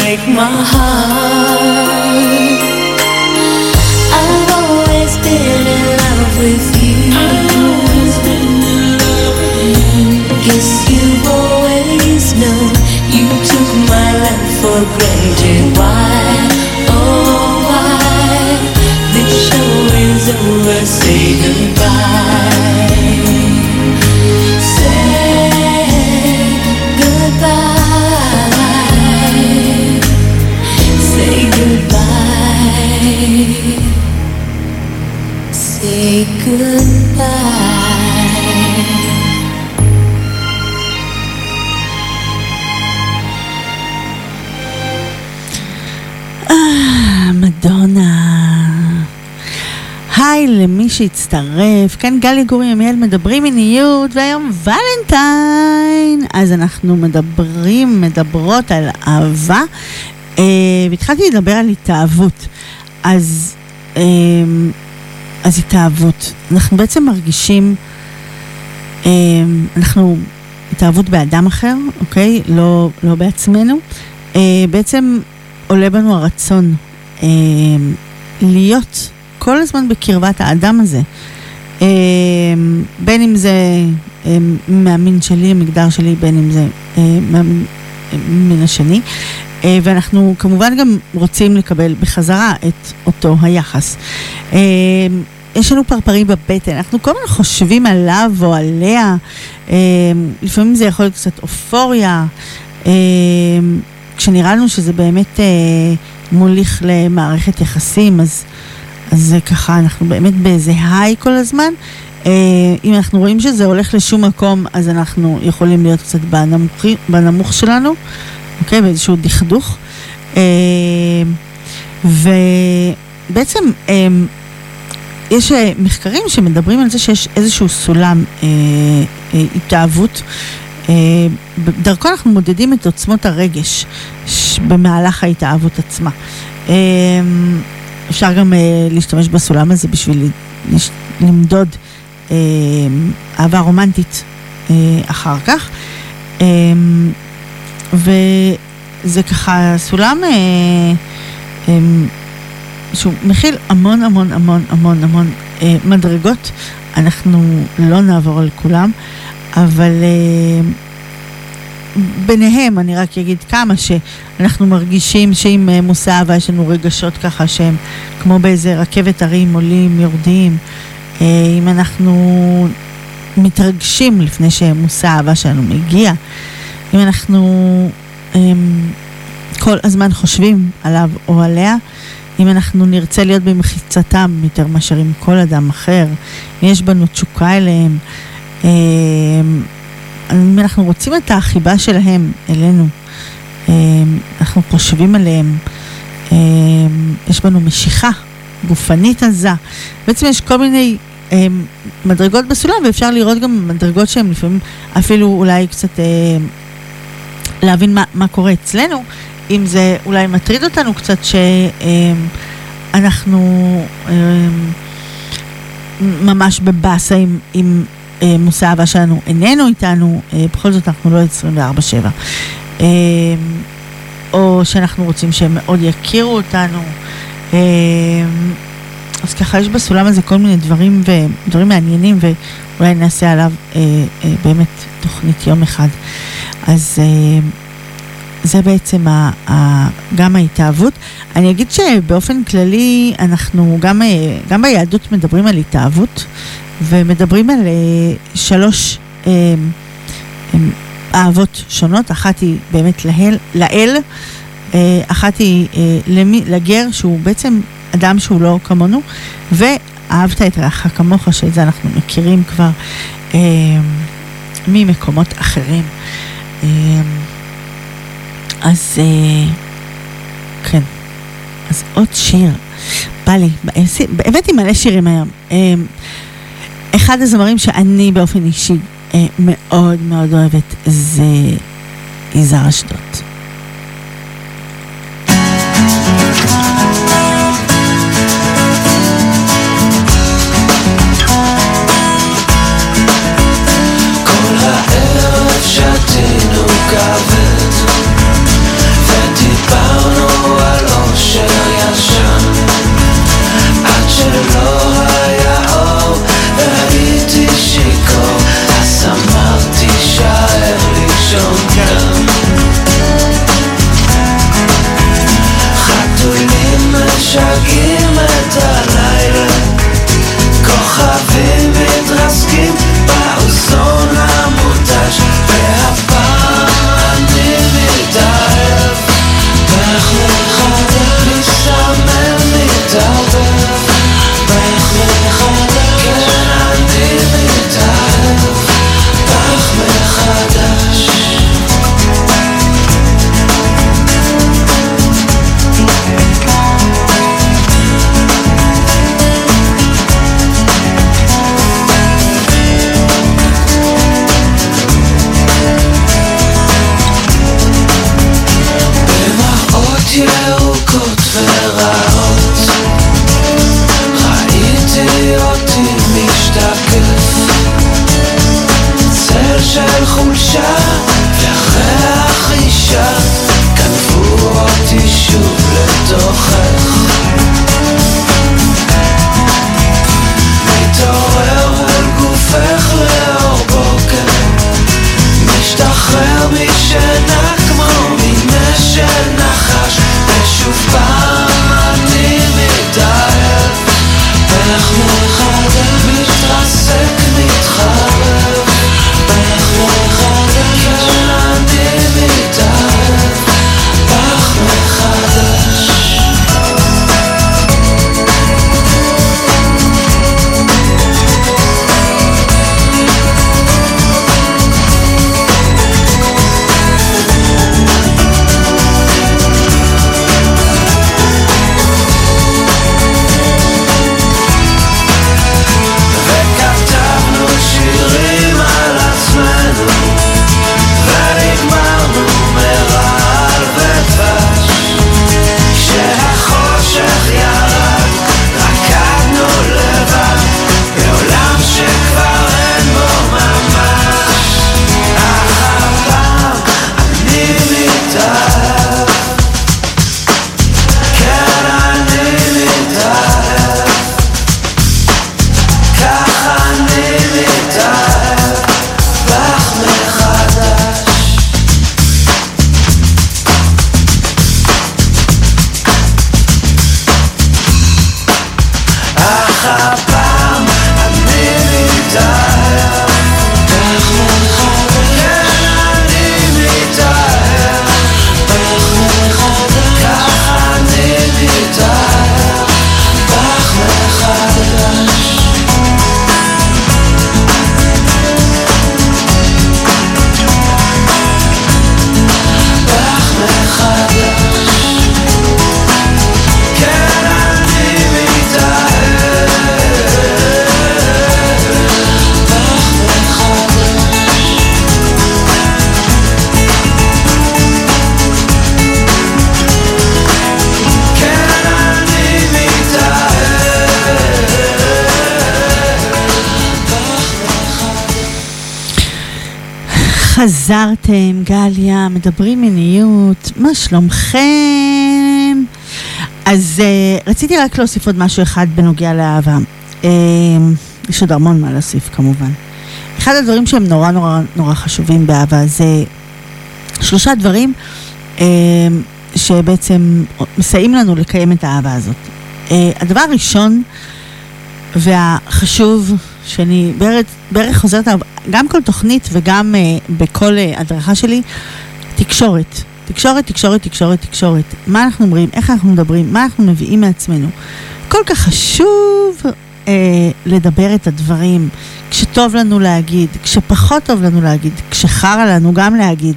S3: break my heart. I've always been in love with you. Guess you've always known you took my love for granted. Why, oh why, this show is over, say goodbye. Say goodbye.
S1: מדונה. היי למי שהצטרף, כאן גלי גורי ימיאל מדברים מיניות, והיום ולנטיין, אז אנחנו מדברות על אהבה, והתחלתי לדבר על התאהבות. אז התאהבות, אנחנו בעצם מרגישים, אנחנו התאהבות באדם אחר, אוקיי? לא בעצמנו. בעצם עולה בנו הרצון להיות כל הזמן בקרבת האדם הזה. בין אם זה מהמין שלי, המגדר שלי, בין אם זה מן השני. ואנחנו כמובן גם רוצים לקבל בחזרה את אותו היחס. יש לנו פרפרים בבטן, אנחנו כל הזמן חושבים עליו או עליה, לפעמים זה יכול להיות קצת אופוריה, כשנראה לנו שזה באמת מוליך למערכת יחסים, אז זה ככה, אנחנו באמת באיזה היי כל הזמן. אם אנחנו רואים שזה הולך לשום מקום, אז אנחנו יכולים להיות קצת בנמוך שלנו, אוקיי, באיזשהו דכדוך. ובעצם יש מחקרים שמדברים על זה שיש איזשהו סולם התאהבות, דרכו אנחנו מודדים את עוצמות הרגש במהלך ההתאהבות עצמה. אפשר גם להשתמש בסולם הזה בשביל למדוד אהבה רומנטית אחר כך. וזה ככה סולם שהוא מכיל המון המון המון המון המון מדרגות. אנחנו לא נעבור על כולם, אבל ביניהם אני רק אגיד כמה שאנחנו מרגישים שעם מושא אהבה יש לנו רגשות ככה שהם כמו באיזה רכבת הרים, עולים, יורדים. אם אנחנו מתרגשים לפני שמושא האהבה שלנו מגיע, אם אנחנו כל הזמן חושבים עליו או עליה, אם אנחנו נרצה להיות במחיצתם יותר מאשר עם כל אדם אחר, אם יש בנו תשוקה אליהם, אם אנחנו רוצים את החיבה שלהם אלינו, אנחנו חושבים עליהם, יש בנו משיכה גופנית עזה. בעצם יש כל מיני מדרגות בסולם, ואפשר לראות גם מדרגות שהן לפעמים אפילו אולי קצת להבין מה קורה אצלנו, אם זה אולי מטריד אותנו קצת שאנחנו ממש בבאסה עם מושא האהבה שלנו איננו איתנו, בכל זאת אנחנו לא 24/7, או שאנחנו רוצים שהם מאוד יכירו אותנו. אז ככה יש בסולם הזה כל מיני דברים מעניינים, ואולי נעשה עליו באמת תוכנית יום אחד. אז זה בעצם גם ההתאהבות. אני אגיד שבאופן כללי אנחנו גם ביהדות מדברים על התאהבות, ומדברים על 3 אהבות שונות. אחת היא באמת לאל, אחת היא לגר, שהוא בעצם אדם שהוא לא כמונו, ואהבת את רעך כמוך, שאת זה אנחנו מכירים כבר ממקומות אחרים. אז כן, אז עוד שיר בא לי, הבאתי מלא שירים היום. אחד הזמרים שאני באופן אישי מאוד מאוד אוהבת זה יזהר אשדוד.
S2: כל הערב שתינו כבד ודיברנו משגעים את הלילה, כוכבים מתרסקים באוזון המוטש, והפעם אני מתאהב בך מחדש, מסתמן מתערבב בך מחדש, כן אני מתאהב בך מחדש. ירוקות ורעות ראיתי אותי משתקף, צל של חולשה וריח אישה גנבו אותי שוב לתוכך, מתעורר מול גופך לאור בוקר, משתחרר משינה כמו מנשל נחש, ושוב פעם אני מתאהב בך מחדש, מתרסק מתחרב בך מחדש, כן אני מתאהב בך מחדש.
S1: חזרתם, גליה, מדברים מיניות, מה שלומכם? אז רציתי רק להוסיף עוד משהו אחד בנוגע לאהבה. יש עוד המון מה להוסיף כמובן. אחד הדברים שהם נורא נורא נורא חשובים באהבה זה 3 דברים שבעצם מסייעים לנו לקיים את האהבה הזאת. הדבר הראשון והחשוב שאני בערך חוזרת גם כל תוכנית וגם בכל הדרכה שלי, תקשורת. תקשורת. מה אנחנו אומרים, איך אנחנו מדברים, מה אנחנו מביאים מעצמנו. כל כך חשוב לדבר את הדברים, כשטוב לנו להגיד, כשפחות טוב לנו להגיד, כשחרה לנו גם להגיד.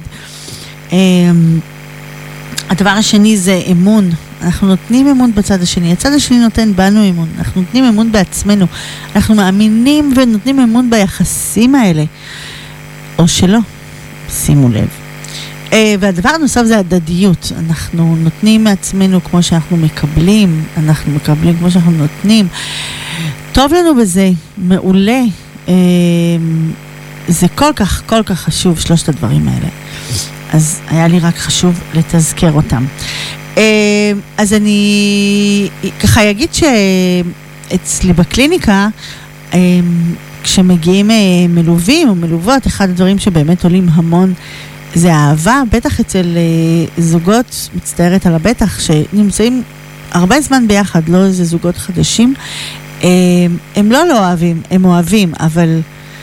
S1: הדבר השני זה אמון. אנחנו נותנים אמון בצד השני, הצד השני נותן בנו אמון, אנחנו נותנים אמון בעצמנו, אנחנו מאמינים ונותנים אמון ביחסים האלה, או שלא, שימו לב. והדבר הנוסף זה הדדיות, אנחנו נותנים מעצמנו כמו שאנחנו מקבלים, אנחנו מקבלים כמו שאנחנו נותנים, טוב לנו בזה, מעולה, זה כל כך חשוב 3 הדברים האלה, אז היה לי רק חשוב לתזכר אותם. אז אני ככה אגיד שאצלי בקליניקה, כשמגיעים מלווים או מלוות, אחד הדברים שבאמת עולים המון זה האהבה, בטח אצל זוגות, מצטערת על הבטח, שנמצאים הרבה זמן ביחד, לא איזה זוגות חדשים. הם לא אוהבים, הם אוהבים, אבל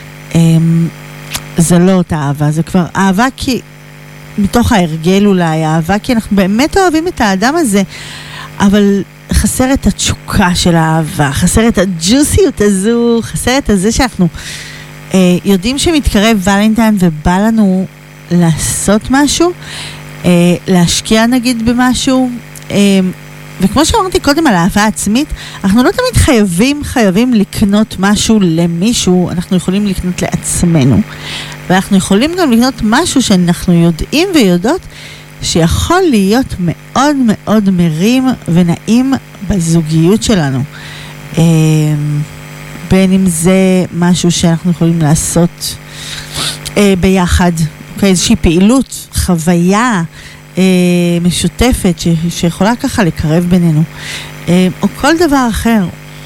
S1: זה לא אותה אהבה, זה כבר אהבה כי מתוך ההרגל אולי, אהבה כי אנחנו באמת אוהבים את האדם הזה, אבל חסר את התשוקה של האהבה, חסר את הג'וסיות הזו, חסר את הזה שאנחנו יודעים שמתקרב ולנטיין ובא לנו לעשות משהו, להשקיע נגיד במשהו, וכמו שאמרתי קודם על אהבה עצמית, אנחנו לא תמיד חייבים לקנות משהו למישהו, אנחנו יכולים לקנות לעצמנו. ואנחנו יכולים גם לקנות משהו שאנחנו יודעים ויודעות שיכול להיות מאוד מאוד מרים ונעים בזוגיות שלנו. בין אם זה משהו שאנחנו יכולים לעשות ביחד, איזושהי פעילות, חוויה, משותפת שיכולה ככה לקרב בינינו, או כל דבר אחר.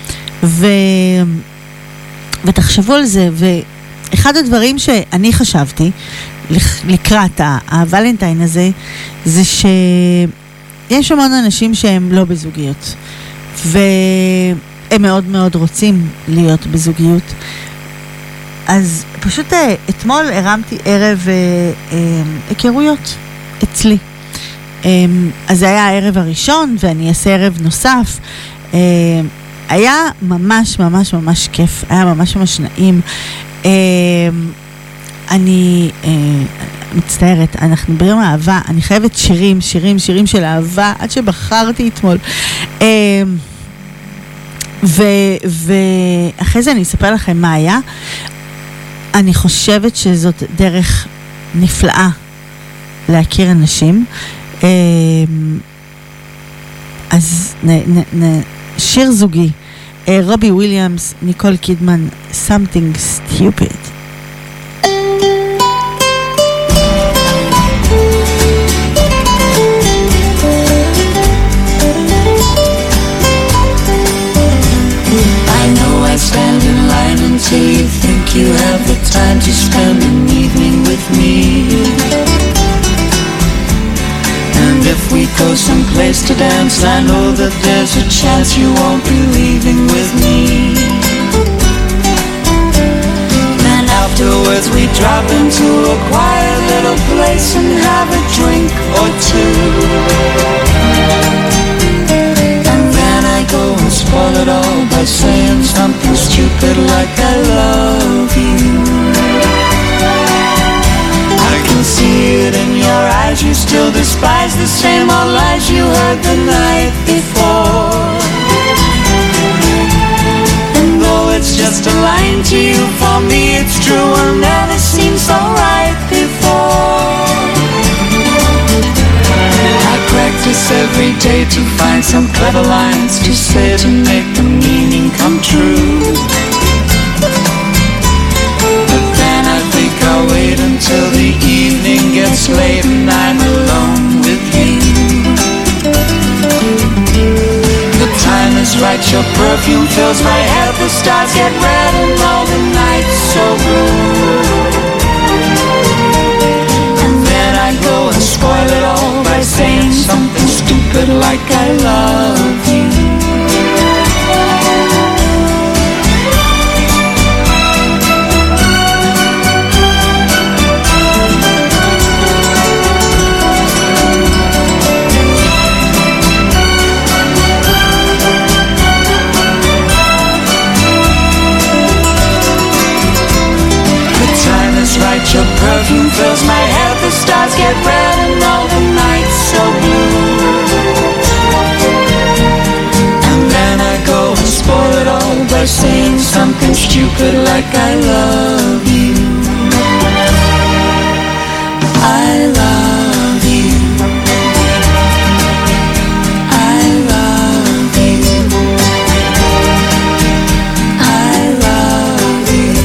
S1: ותחשבו על זה, ואחד הדברים שאני חשבתי לקראת הוולנטיין הזה, זה שיש המון אנשים שהם לא בזוגיות, והם מאוד מאוד רוצים להיות בזוגיות. אז פשוט אתמול הרמתי ערב היכרויות אצלי. אז זה היה הערב הראשון, ואני אעשה ערב נוסף. היה ממש ממש ממש כיף, היה ממש ממש נעים. אני מצטערת, אנחנו ביום אהבה, אני חייבת שירים של אהבה, עד שבחרתי אתמול. ואחרי זה אני אספר לכם מה היה. אני חושבת שזאת דרך נפלאה להכיר אנשים. אז שיר זוגי, רובי וויליאמס, ניקול קידמן, Something Stupid.
S6: Stand in line until you think you have the time to spend an evening with me. And if we go someplace to dance, I know that there's a chance you won't be leaving with me. Then afterwards we drop into a quiet little place and have a drink or two. Go and spoil it all by saying something stupid like I love you. I can see it in your eyes, you still despise the same old lies you heard the night before. And though it's just a line to you, for me it's true, I've never seen so right before. Practice every day to find some clever lines to say to make the meaning come true. But then I think I'll wait until the evening gets late and I'm alone with you. The time is right, your perfume fills my head, the stars get red and all the nights so blue. And then I go and spoil it all by saying something stupid like I love you. The time is right, your perfume fills my head, the stars get red and all the nights so blue. And then I go and spoil it all by saying something stupid like I love you. I love you. I love you. I love you.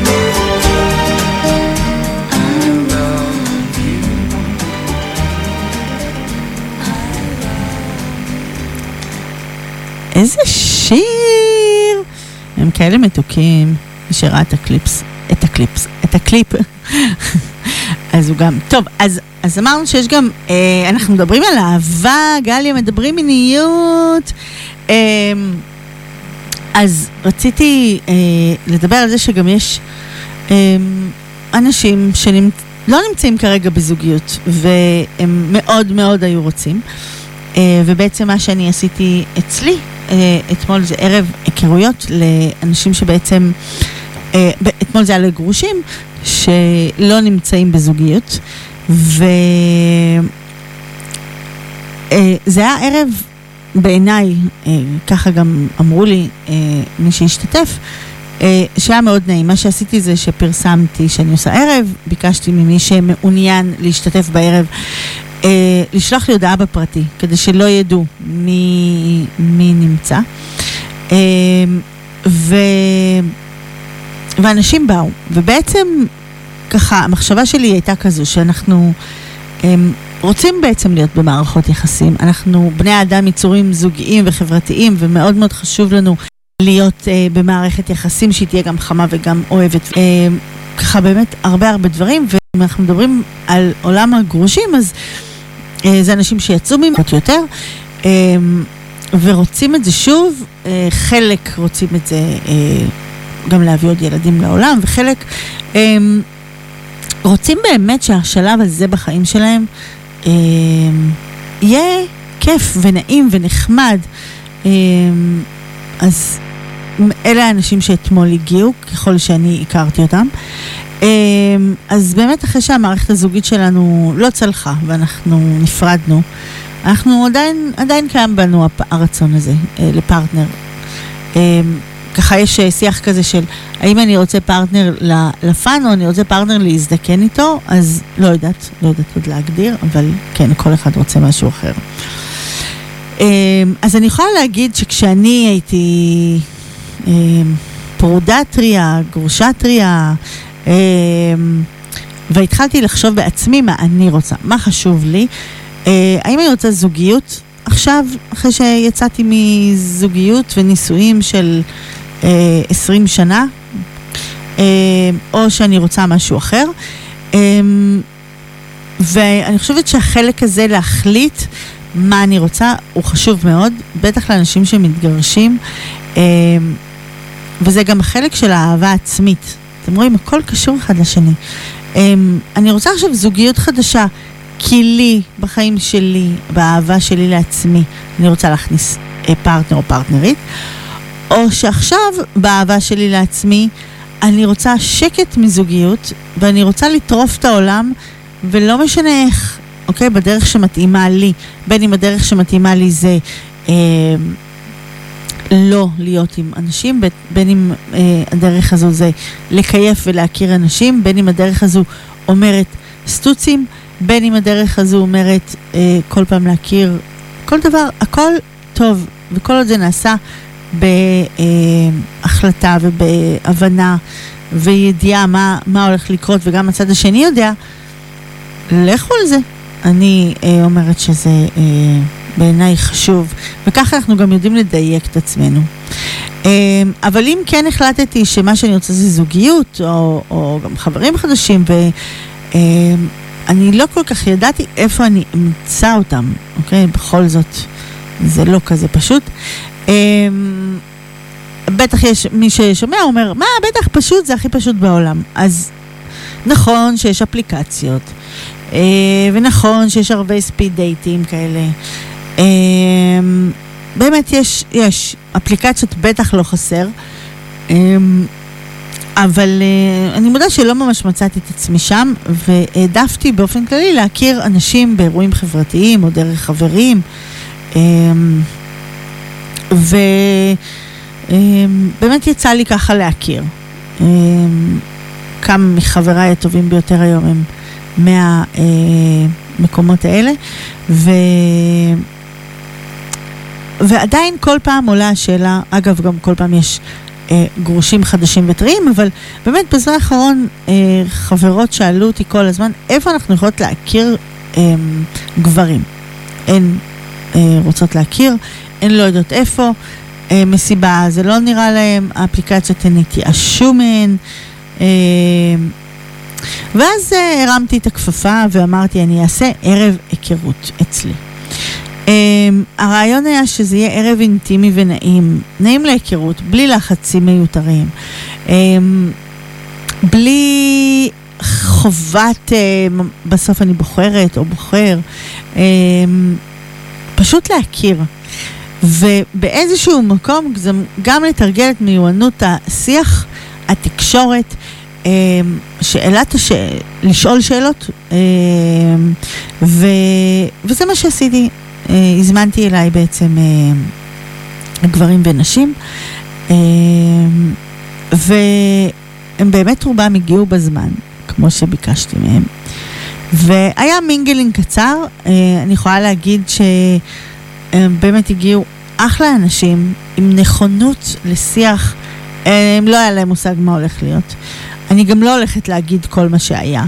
S1: איזה שיר! הם כאלה מתוקים. שראה את הקליפ. אז הוא גם... טוב, אז אז אמרנו שיש גם, אנחנו מדברים על אהבה, גליה, מדברים מיניות, אז רציתי לדבר על זה שגם יש אנשים שלא נמצאים כרגע בזוגיות, והם מאוד מאוד היו רוצים, ובעצם מה שאני עשיתי אצלי, אתמול זה ערב היכרויות לאנשים שבעצם, אתמול זה היה לגרושים, שלא נמצאים בזוגיות, וזה היה ערב בעיניי, ככה גם אמרו לי מי שהשתתף, שהיה מאוד נעים. מה שעשיתי זה שפרסמתי שאני עושה ערב, ביקשתי ממי שמעוניין להשתתף בערב, לשלוח לי הודעה בפרטי, כדי שלא ידעו מי נמצא. ואנשים באו, ובעצם ככה, המחשבה שלי הייתה כזו, שאנחנו רוצים בעצם להיות במערכות יחסים. אנחנו בני האדם יצורים זוגיים וחברתיים, ומאוד מאוד חשוב לנו להיות במערכת יחסים שהיא תהיה גם חמה וגם אוהבת. ככה באמת הרבה דברים, ואם אנחנו מדברים על עולם הגרושים, אז זה אנשים שיצאו ממות יותר, ורוצים את זה שוב, חלק רוצים את זה גם להביא עוד ילדים לעולם, וחלק רוצים באמת שהשלב הזה בחיים שלהם יהיה כיף ונעים ונחמד. אז אלה האנשים שאתמול הגיעו, ככל שאני הכרתי אותם. אז באמת אחרי שהמערכת הזוגית שלנו לא צלחה ואנחנו נפרדנו, אנחנו עדיין קיים בנו הרצון הזה לפרטנר. ככה יש שיח כזה של האם אני רוצה פרטנר לפן או אני רוצה פרטנר להזדקן איתו, אז לא יודעת עוד להגדיר, אבל כן, כל אחד רוצה משהו אחר. אז אני יכולה להגיד שכשאני הייתי פרודה טריה, גרושה טריה, והתחלתי לחשוב בעצמי מה אני רוצה, מה חשוב לי, האם אני רוצה זוגיות עכשיו, אחרי שיצאתי מזוגיות ונישואים של 20 שנה, או שאני רוצה משהו אחר. ואני חושבת שהחלק הזה להחליט מה אני רוצה הוא חשוב מאוד, בטח לאנשים שמתגרשים, וזה גם החלק של האהבה עצמית. אתם רואים, הכל קשור אחד לשני. אני רוצה עכשיו זוגיות חדשה, כי לי, בחיים שלי, באהבה שלי לעצמי, אני רוצה להכניס פרטנר או פרטנרית, או שעכשיו, באהבה שלי לעצמי, אני רוצה שקט מזוגיות, ואני רוצה לטרוף את העולם, ולא משנה איך, אוקיי? בדרך שמתאימה לי, בין אם הדרך שמתאימה לי זה לא להיות עם אנשים, בין אם הדרך הזו זה לקייף ולהכיר אנשים, בין אם הדרך הזו אומרת סטוצים, בין אם הדרך הזו אומרת כל פעם להכיר, כל דבר, הכל טוב, וכל עוד זה נעשה בהחלטה ובהבנה וידיעה מה הולך לקרות, וגם הצד השני יודע, לכו על זה. אני אומרת שזה בעיניי חשוב, וככה אנחנו גם יודעים לדייק את עצמנו. אבל אם כן החלטתי שמה שאני רוצה זה זוגיות, או גם חברים חדשים, אני לא כל כך ידעתי איפה אני אמצא אותם, אוקיי? בכל זאת, זה לא כזה פשוט. בטח יש מי ששומע אומר, מה, בטח פשוט, זה הכי פשוט בעולם. אז נכון שיש אפליקציות, ונכון שיש הרבה ספיד דייטים כאלה. באמת יש אפליקציות בטח לא חסר, אבל אני מודה שלא ממש מצאתי את עצמי שם, והעדפתי באופן כללי להכיר אנשים באירועים חברתיים או דרך חברים, ובאמת יצא לי ככה להכיר. כמה מחבריי הטובים ביותר היום הם מהמקומות האלה, ועדיין כל פעם עולה השאלה, אגב גם כל פעם יש גרושים חדשים וטריים, אבל באמת בזמן האחרון חברות שאלו אותי כל הזמן, איפה אנחנו יכולות להכיר גברים? הן רוצות להכיר, הן לא יודעות איפה, מסיבה, זה לא נראה להם, האפליקציות הן התייאשו מהן, ואז הרמתי את הכפפה ואמרתי, אני אעשה ערב היכרות אצלי. הרעיון היה שזה יהיה ערב אינטימי ונעים, נעים להיכרות, בלי לחצים מיותרים, בלי חובת, בסוף אני בוחרת או בוחר, פשוט להכיר. ובאיזשהו מקום גם לתרגל את מיומנות השיח, התקשורת, לשאול שאלות, וזה מה שעשיתי. הזמנתי אליי בעצם גברים ונשים, והם באמת רובם הגיעו בזמן, כמו שביקשתי מהם. והיה מינגלינג קצר, אני יכולה להגיד שבאמת הגיעו אחלה אנשים, עם נכונות לשיח, הם לא היה להם מושג מה הולך להיות. אני גם לא הולכת להגיד כל מה שהיה.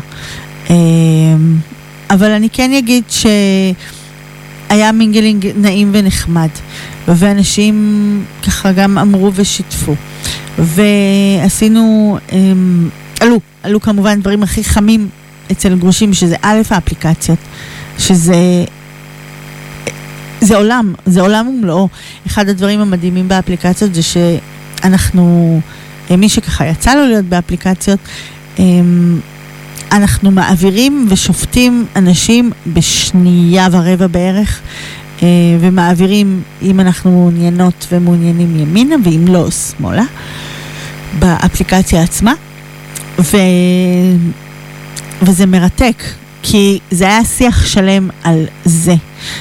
S1: אבל אני כן אגיד שהיה מינגלינג נעים ונחמד, ואנשים ככה גם אמרו ושיתפו. ועשינו, עלו כמובן דברים הכי חמים אצל גרושים, שזה א' האפליקציות, שזה עולם ומלואו. אחד הדברים המדהימים באפליקציות זה שאנחנו, מי שככה יצא לו להיות באפליקציות, אנחנו מעבירים ושופטים אנשים בשנייה ורבע בערך, ומעבירים אם אנחנו מעוניינות ומעוניינים ימינה, ואם לא שמאלה, באפליקציה עצמה. וזה מרתק, כי זה היה שיח שלם על זה,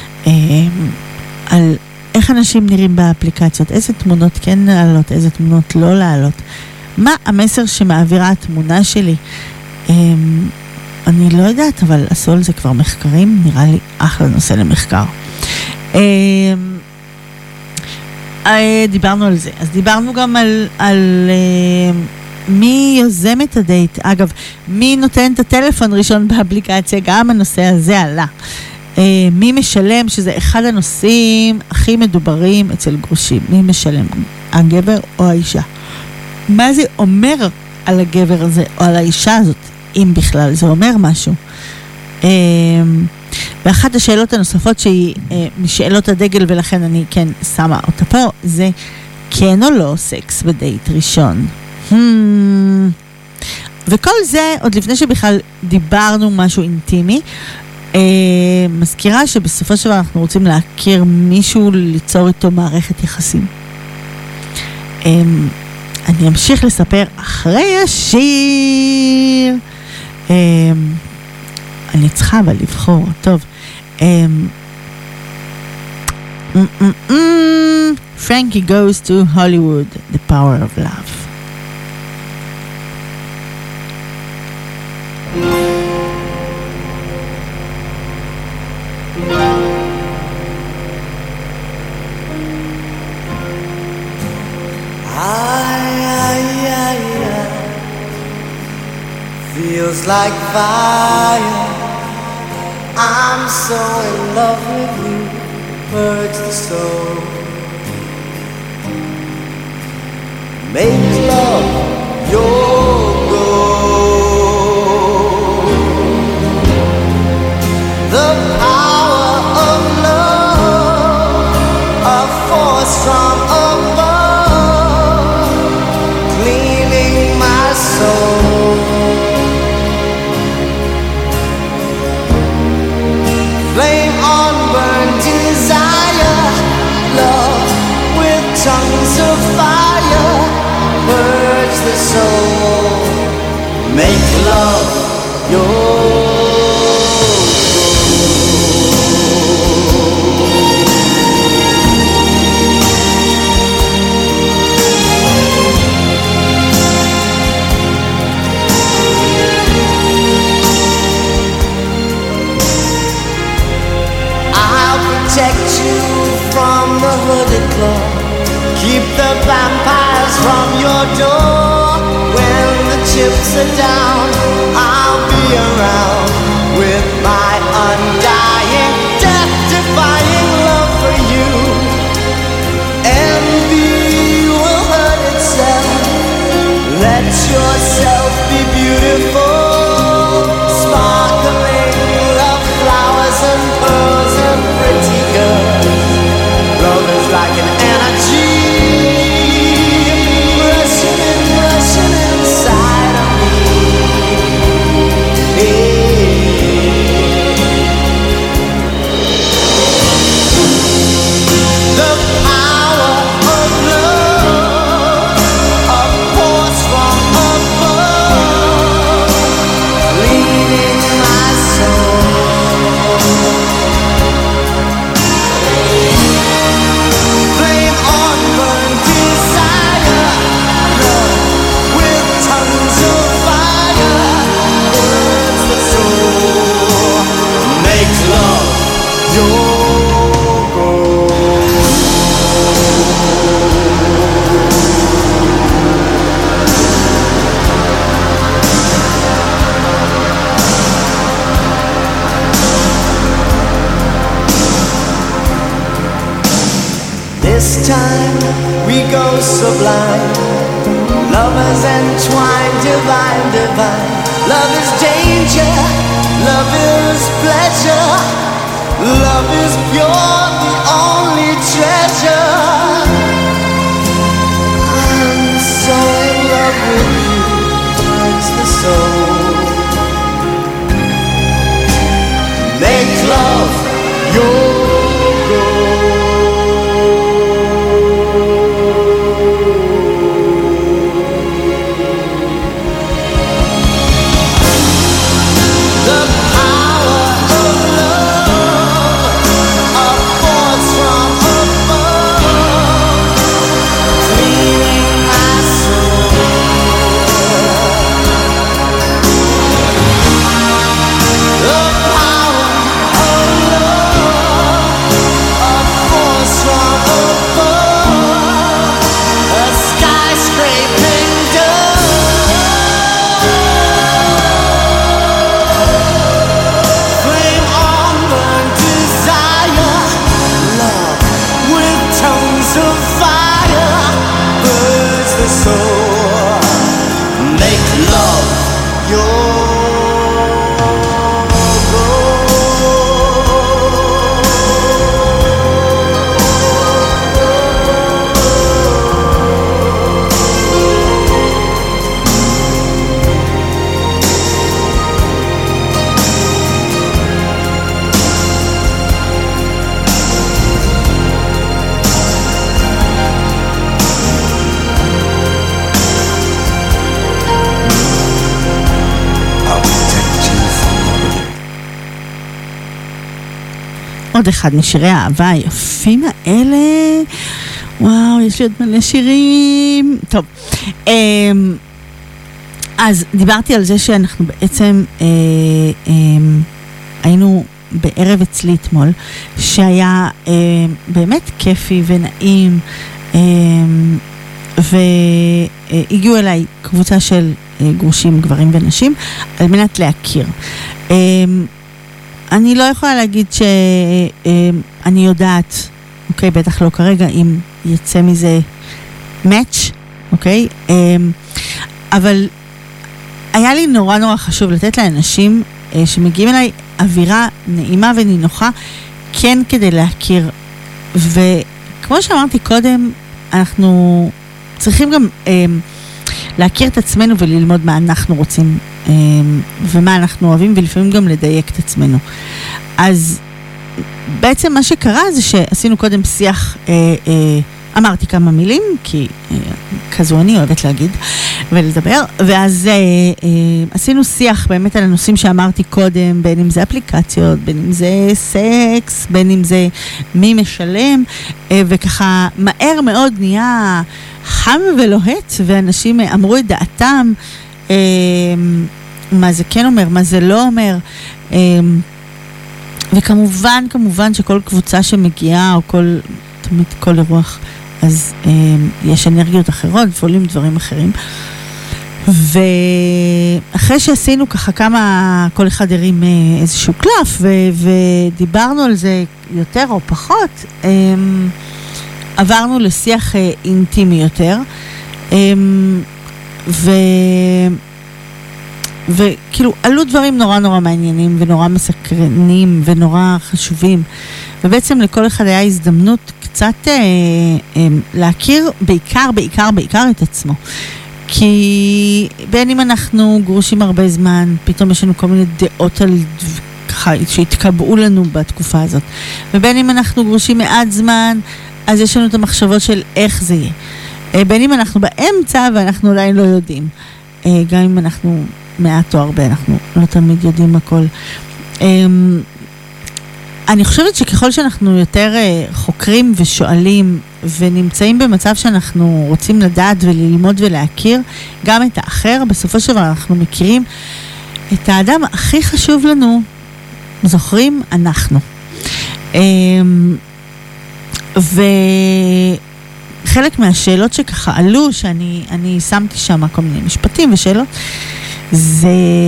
S1: על איך אנשים נראים באפליקציות, איזה תמונות כן לעלות, איזה תמונות לא לעלות, מה המסר שמעבירה התמונה שלי. אני לא יודעת, אבל עשו על זה כבר מחקרים, נראה לי אחלה נושא למחקר. דיברנו על זה, אז דיברנו גם על מי יוזם את הדייט, אגב, מי נותן את הטלפון ראשון באפליקציה, גם הנושא הזה עלה. מי משלם, שזה אחד הנושאים הכי מדוברים אצל גרושים, מי משלם, הגבר או האישה. מה זה אומר על הגבר הזה או על האישה הזאת, אם בכלל זה אומר משהו. ואחת השאלות הנוספות שהיא משאלות הדגל, ולכן אני כן שמה אותה פה, זה כן או לא סקס בדייט ראשון. וכל זה עוד לפני שבכלל דיברנו משהו אינטימי. מזכירה שבסופו של דבר אנחנו רוצים להכיר מישהו, ליצור איתו מערכת יחסים. אני אמשיך לספר אחרי השיר. אני צריכה אבל לבחור. טוב. Frankie Goes to Hollywood, The Power of Love.
S2: Feels like fire. I'm so in love with you. Purge the soul. Make love your goal. The power of love, a force from above, cleaning my soul. Flame on burn desire, love with tongues of fire, purge the soul, make love your protect you from the hooded claw. Keep the vampires from your door. When the chips are down, I'll be around with my undying, death-defying love for you. Envy will hurt itself. Let yourself be beautiful. this time we go sublime. Lovers entwined, divine, divine. Love is danger, love is pleasure. Love is pure, the only treasure. I'm so in love with you, it's the soul. Make love your
S1: עוד אחד משירי האהבה היפים האלה. וואו, יש לי עוד מלא שירים. טוב, אז דיברתי על זה שאנחנו בעצם היינו בערב אצלי אתמול, שהיה באמת כיפי ונעים, והגיעו אליי קבוצה של גרושים, גברים ונשים, על מנת להכיר. אני לא יכולה להגיד שאני יודעת, אוקיי, בטח לא כרגע, אם יצא מזה מאץ', אוקיי? אבל היה לי נורא נורא חשוב לתת לאנשים שמגיעים אליי אווירה נעימה ונינוחה, כן כדי להכיר. וכמו שאמרתי קודם, אנחנו צריכים גם להכיר את עצמנו וללמוד מה אנחנו רוצים ומה אנחנו אוהבים, ולפעמים גם לדייק את עצמנו. אז בעצם מה שקרה זה שעשינו קודם שיח, אמרתי כמה מילים, כי כזו אני אוהבת להגיד ולדבר, ואז עשינו שיח באמת על הנושאים שאמרתי קודם, בין אם זה אפליקציות, בין אם זה סקס, בין אם זה מי משלם, וככה מהר מאוד נהיה חם ולוהט, ואנשים אמרו את דעתם, מה זה כן אומר, מה זה לא אומר, וכמובן, כמובן שכל קבוצה שמגיעה, או תמיד כל אירוח, אז יש אנרגיות אחרות, ועולים דברים אחרים. ואחרי שעשינו ככה כמה, כל אחד הרים איזשהו קלף, ודיברנו על זה יותר או פחות, עברנו לשיח אינטימי יותר, וכאילו עלו דברים נורא נורא מעניינים ונורא מסקרנים ונורא חשובים, ובעצם לכל אחד היה הזדמנות קצת להכיר בעיקר את עצמו, כי בין אם אנחנו גרושים הרבה זמן, פתאום יש לנו כל מיני דעות על ככה שהתקבעו לנו בתקופה הזאת, ובין אם אנחנו גרושים מעט זמן, אז יש לנו את המחשבות של איך זה יהיה, בין אם אנחנו באמצע ואנחנו אולי לא יודעים, גם אם אנחנו מעט או הרבה, אנחנו לא תמיד יודעים הכל. אני חושבת שככל שאנחנו יותר חוקרים ושואלים ונמצאים במצב שאנחנו רוצים לדעת וללמוד ולהכיר גם את האחר, בסופו של דבר אנחנו מכירים את האדם הכי חשוב לנו, זוכרים? אנחנו. וחלק מהשאלות שככה עלו, שאני שמתי שם כל מיני משפטים ושאלות, זה,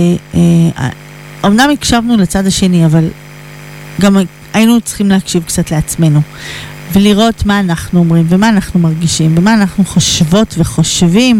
S1: אמנם הקשבנו לצד השני, אבל גם היינו צריכים להקשיב קצת לעצמנו. ולראות מה אנחנו אומרים ומה אנחנו מרגישים ומה אנחנו חושבות וחושבים,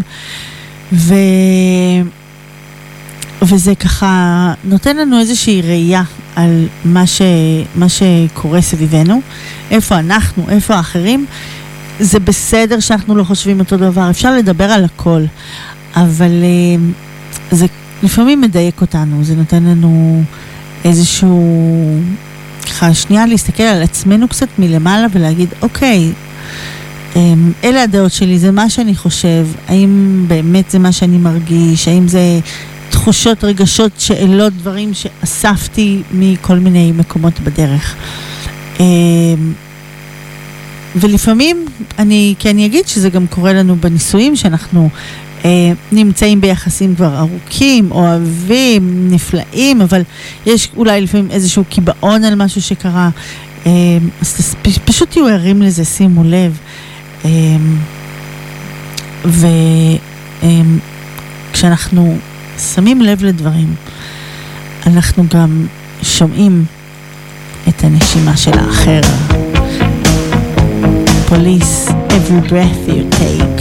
S1: וזה ככה נותן לנו איזושהי ראייה על מה שקורה סביבנו, איפה אנחנו, איפה האחרים. זה בסדר שאנחנו לא חושבים אותו דבר, אפשר לדבר על הכל, אבל זה לפעמים מדייק אותנו, זה נותן לנו איזשהו, ככה שנייה להסתכל על עצמנו קצת מלמעלה ולהגיד, אוקיי, אלה הדעות שלי, זה מה שאני חושב, האם באמת זה מה שאני מרגיש, האם זה תחושות, רגשות, שאלות, דברים שאספתי מכל מיני מקומות בדרך. ולפעמים אני אגיד שזה גם קורה לנו בניסויים, שאנחנו נמצאים ביחסים כבר ארוכים, אוהבים, נפלאים, אבל יש אולי לפעמים איזשהו קיבעון על משהו שקרה, אז פשוט תהיו ערים לזה, שימו לב. וכשאנחנו שמים לב לדברים, אנחנו גם שומעים את הנשימה של האחר. Police, every breath you take.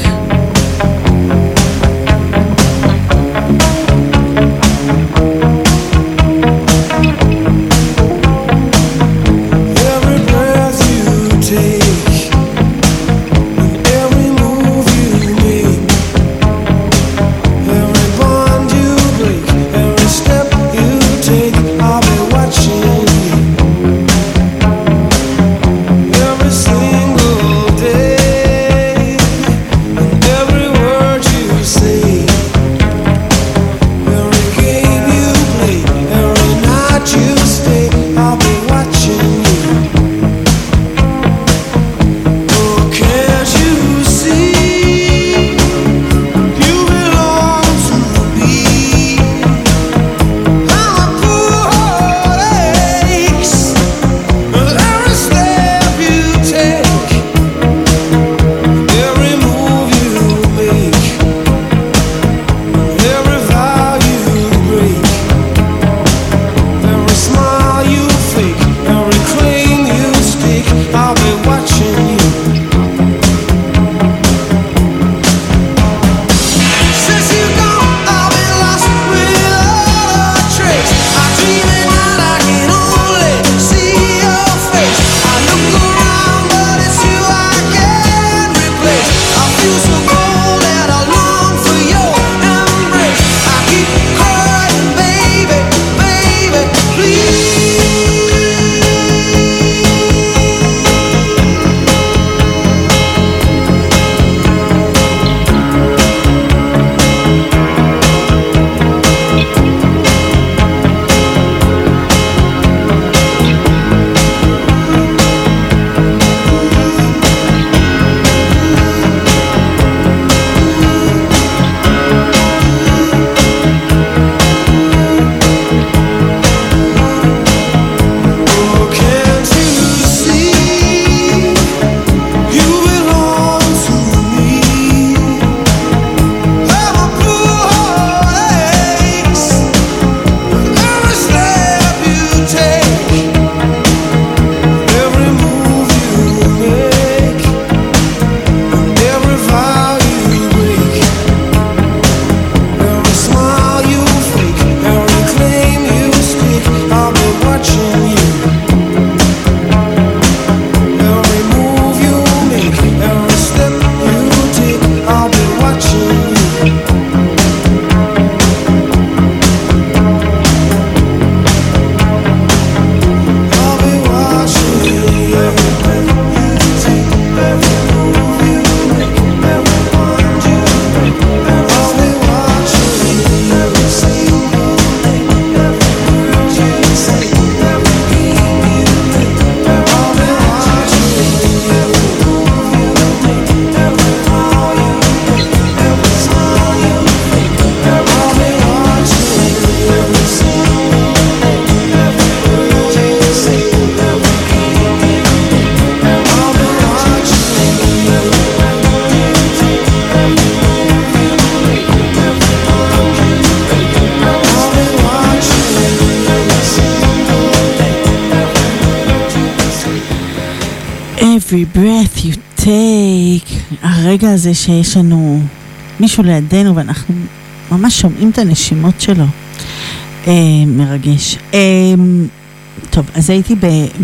S1: Every breath you take. הרגע הזה שיש לנו מישהו לידינו ואנחנו ממש שומעים את הנשימות שלו. מרגש. טוב, אז הייתי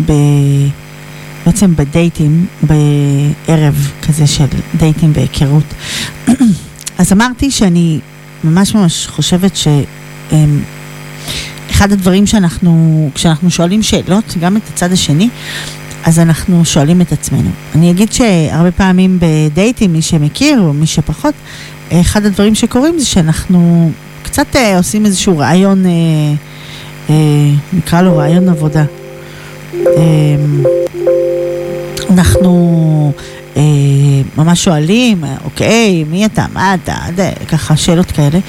S1: בעצם בדייטים, בערב כזה של דייטים והיכרות. אז אמרתי שאני ממש חושבת אחד הדברים כשאנחנו שואלים שאלות, גם את הצד השני, אז אנחנו שואלים את עצמנו. אני אגיד שהרבה פעמים בדייטים, מי שמכיר או מי שפחות, אחד הדברים שקורים זה שאנחנו קצת עושים איזשהו רעיון, נקרא לו רעיון עבודה. אנחנו ממש שואלים, אוקיי, מי אתה, מה אתה, ככה שאלות כאלה.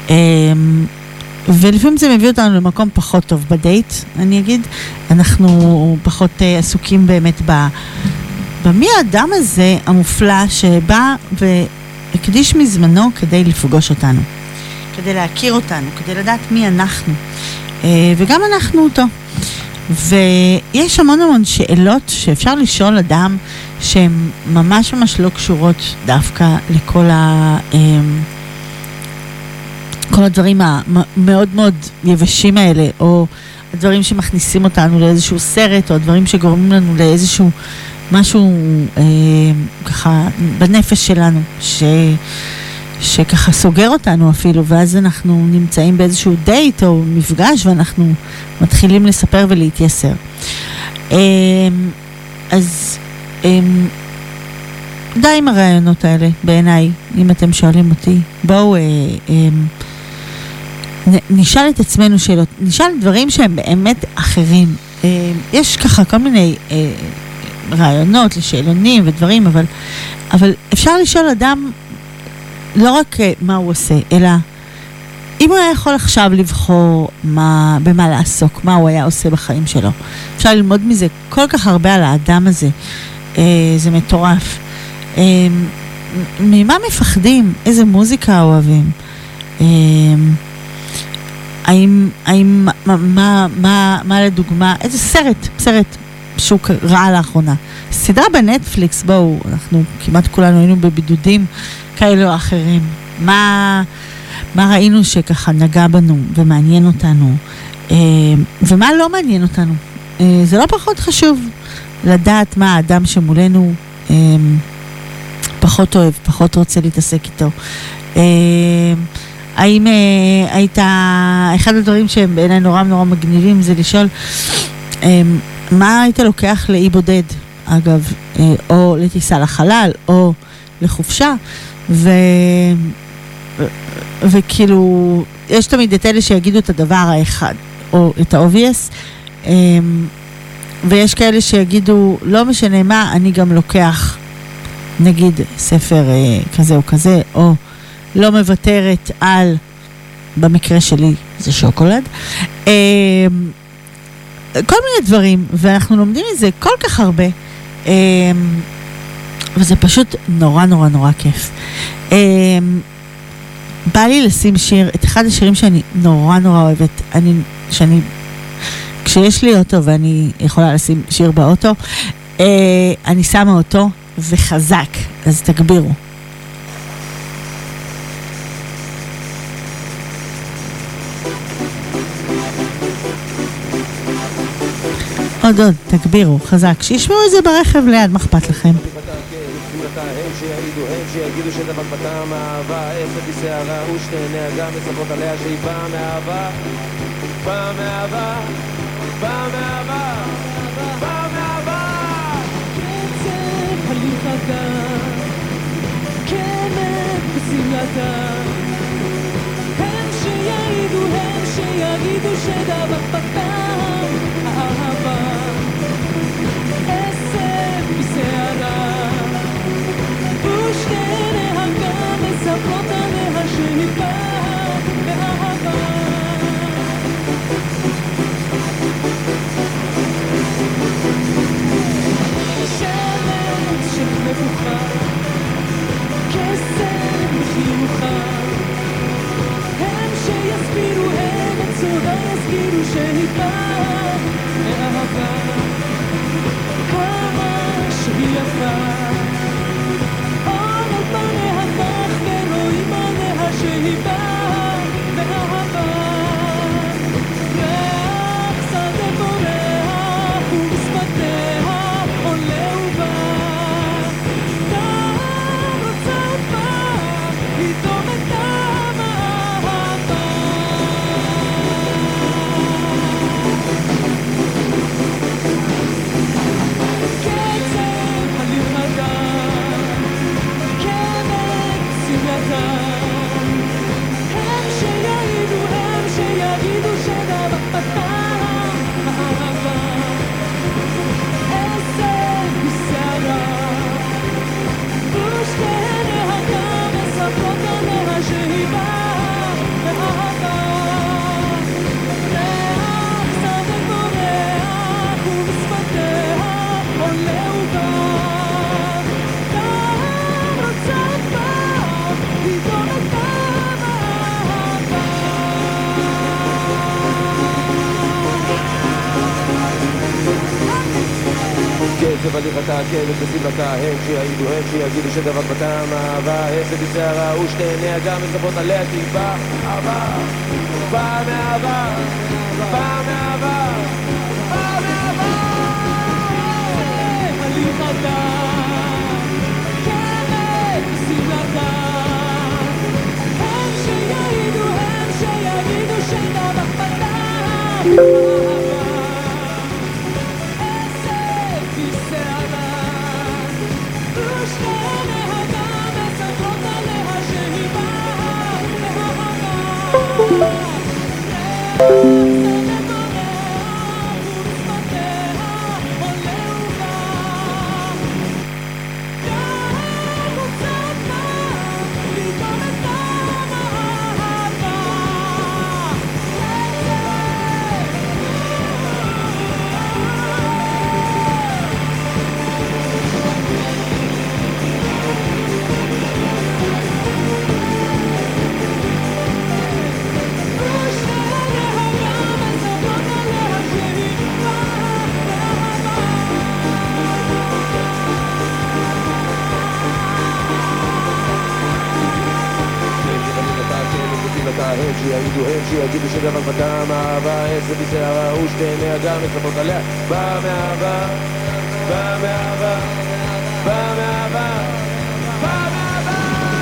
S1: ולפעמים זה מביא אותנו למקום פחות טוב בדייט, אני אגיד. אנחנו פחות עסוקים באמת במי האדם הזה המופלא שבא והקדיש מזמנו כדי לפגוש אותנו, כדי להכיר אותנו, כדי לדעת מי אנחנו, וגם אנחנו אותו. ויש המון שאלות שאפשר לשאול אדם שהן ממש לא קשורות דווקא לכל כל הדברים המאוד יבשים האלה, או הדברים שמכניסים אותנו לאיזשהו סרט, או הדברים שגורמים לנו לאיזשהו משהו ככה בנפש שלנו, שככה סוגר אותנו אפילו, ואז אנחנו נמצאים באיזשהו דייט או מפגש, ואנחנו מתחילים לספר ולהתייסר. אז די עם הרעיונות האלה בעיניי, אם אתם שואלים אותי. בואו נשאל את עצמנו שאלות, נשאל דברים שהם באמת אחרים. יש ככה כל מיני רעיונות לשאלונים ודברים, אבל אפשר לשאול אדם לא רק מה הוא עושה, אלא אם הוא היה יכול עכשיו לבחור במה לעסוק, מה הוא היה עושה בחיים שלו. אפשר ללמוד מזה כל כך הרבה על האדם הזה. זה מטורף. ממה מפחדים? איזה מוזיקה אוהבים? מה לדוגמה, איזה סרט שהוא ראה לאחרונה. סדרה בנטפליקס, בואו, אנחנו כמעט כולנו היינו בבידודים כאלו או אחרים. מה ראינו שככה נגע בנו ומעניין אותנו, ומה לא מעניין אותנו. זה לא פחות חשוב לדעת מה האדם שמולנו פחות אוהב, פחות רוצה להתעסק איתו. האם אחד הדברים שהם בעיניי נורא מגניבים זה לשאול מה היית לוקח לאי בודד, אגב, או לטיסה לחלל, או לחופשה, וכאילו יש תמיד את אלה שיגידו את הדבר האחד, או את האובייס, ויש כאלה שיגידו לא משנה מה, אני גם לוקח נגיד ספר כזה או כזה, או לא מוותרת על, במקרה שלי זה שוקולד, כל מיני דברים, ואנחנו לומדים מזה כל כך הרבה, וזה פשוט נורא כיף. בא לי לשים שיר, את אחד השירים שאני נורא אוהבת, כשיש לי אוטו ואני יכולה לשים שיר באוטו, אני שמה אותו וחזק, אז תגבירו. עוד, תגבירו, חזק. שישמעו את זה ברכב ליד, מה אכפת לכם?
S7: הם שיגידו שדבק בטעם האהבה, אפס בשערה ושתי נהגה מספרות עליה שהיא באה מאהבה, באה מאהבה, באה מאהבה, באה מאהבה. קצב הליכתה, כמת בשמלתה, הם שיגידו שדבק בטעם האהבה, עשב בשערה ושתי נהגה מספרות עליה שהיא באה מאהבה. שמץ של מבוכה, קסם חיוכה, הם שיסבירו, הם את סודה יסגירו שהיא באה יפה אור על פניה כך ורואים עליה שהיא באה מאהבה ריח שדה בורח ובשפתיה עולה ובא טעם רוצה ובא פתאום את טעם האהבה קצב הלכתה כבד שמלתה הם שיגידו שדבק בטעם האהבה עשב בשערה ושתיהן נהגה מספרות עליה שהיא באה באהבה ריח שדה בורח ובשפתיה עולה ובא טעם רוצה ובא פתאום את טעם האהבה
S8: קצב הליכתה, כבד בשמלתה, הם שיגידו שדבק בטעם האהבה, עשב בשערה ושתיהן גם מספרות עליה כי היא באה מאהבה, באה מאהבה, באה מאהבה, באה מאהבה.
S7: הליכתה כבד בשמלתה הם שיגידו שדבק בטעם האהבה עשב בשערה ושתיהן נהגה מספרות עליה שהיא באה מאהבה ריח שדה בורח ובשפתיה עולה ובא טעם רוצה ובא פתאום את טעם האהבה
S8: הם שיגידו שדבק בטעם האהבה, עשב בשערה ושתיהן גם מספרות עליה באה מאהבה, באה מאהבה, באה מאהבה, באה מאהבה.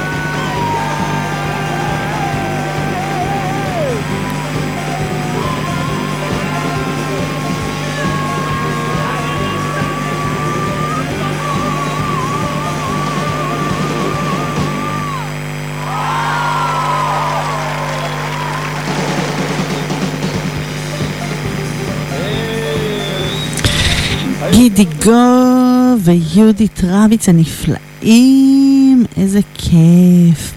S1: גידי גו ויהודית רביץ הנפלאים, איזה כיף.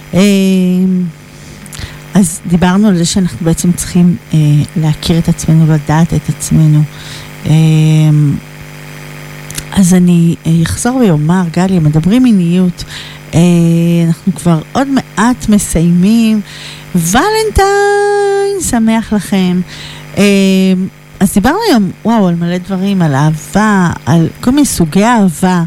S1: אז דיברנו על זה שאנחנו בעצם צריכים להכיר את עצמנו, לדעת את עצמנו. אז אני אחזור ויאמר, גלי, מדברים מיניות, אנחנו כבר עוד מעט מסיימים, ולנטיין, שמח לכם. אז דיברנו היום, וואו, על מלא דברים, על אהבה, על כל מיני סוגי אהבה,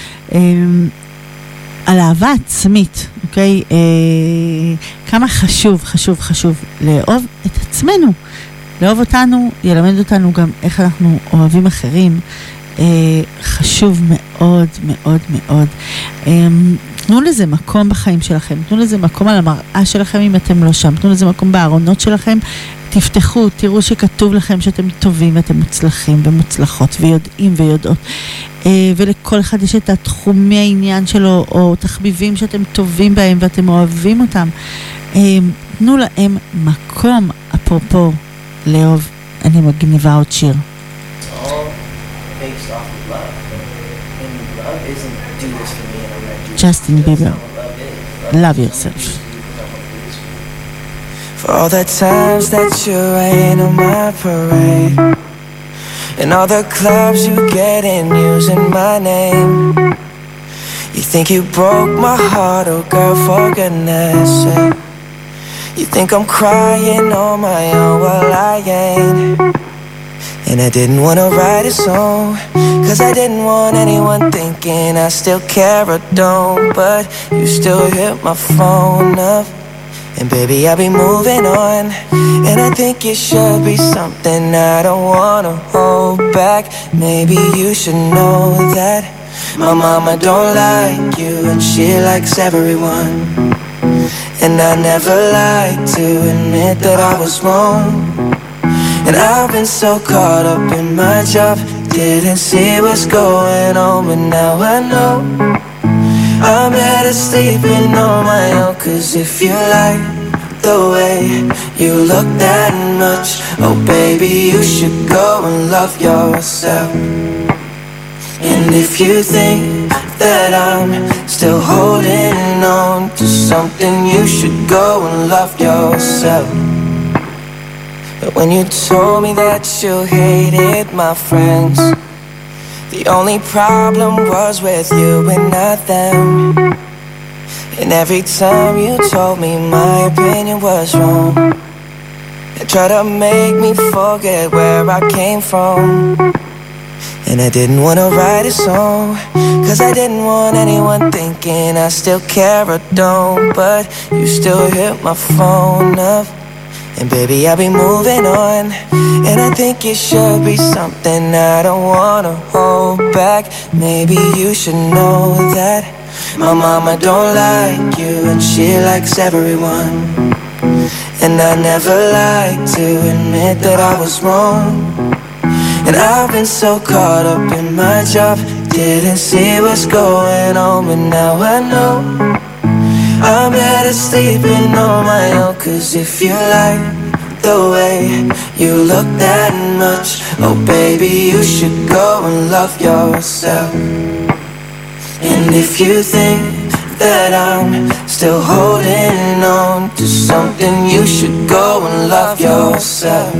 S1: על אהבה עצמית, אוקיי? כמה חשוב לאהוב את עצמנו. לאהוב אותנו, ילמד אותנו גם איך אנחנו אוהבים אחרים. חשוב מאוד מאוד מאוד. תנו לזה מקום בחיים שלכם, תנו לזה מקום על המראה שלכם אם אתם לא שם, תנו לזה מקום בארונות שלכם, תפתחו, תראו שכתוב לכם שאתם טובים ואתם מוצלחים ומוצלחות ויודעים ויודעות, ולכל אחד יש את התחומי העניין שלו או תחביבים שאתם טובים בהם ואתם אוהבים אותם. תנו להם מקום. אפרופו לאהוב, אני מגניבה עוד שיר. Justin Bieber, Love Yourself.
S4: For all the times that you rain on my parade, and all the clubs you get in using my name. You think you broke my heart, oh girl, for goodness sake. You think I'm crying on my own, well I ain't. And I didn't want to write a song, 'cause I didn't want anyone thinking I still care or don't. But you still hit my phone up, and baby I'll be moving on. And I think it should be something I don't want to hold back. Maybe you should know that my mama don't like you, and she likes everyone. And I never like to admit that I was wrong. And I've been so caught up in my job, didn't see what's going on. But now I know I'm better sleeping on my own. 'Cause if you like the way you look that much, oh baby, you should go and love yourself. And if you think that I'm still holding on to something, you should go and love yourself. But when you told me that you hated my friends, the only problem was with you and not them. And every time you told me my opinion was wrong, and tried to make me forget where I came from. And I didn't want to write a song, 'cause I didn't want anyone thinking I still care or don't. But you still hit my phone up, and baby I'll be moving on. And I think it should be something I don't want to hold back. Maybe you should know that my mama don't like you, and she likes everyone. And I never like to admit that I was wrong. And I've been so caught up in my job, didn't see what's going on. But now I know I'm better sleeping on my own. 'Cause if you like the way you look that much, oh baby, you should go and love yourself. And if you think that I'm still holding on to something, you should go and love yourself.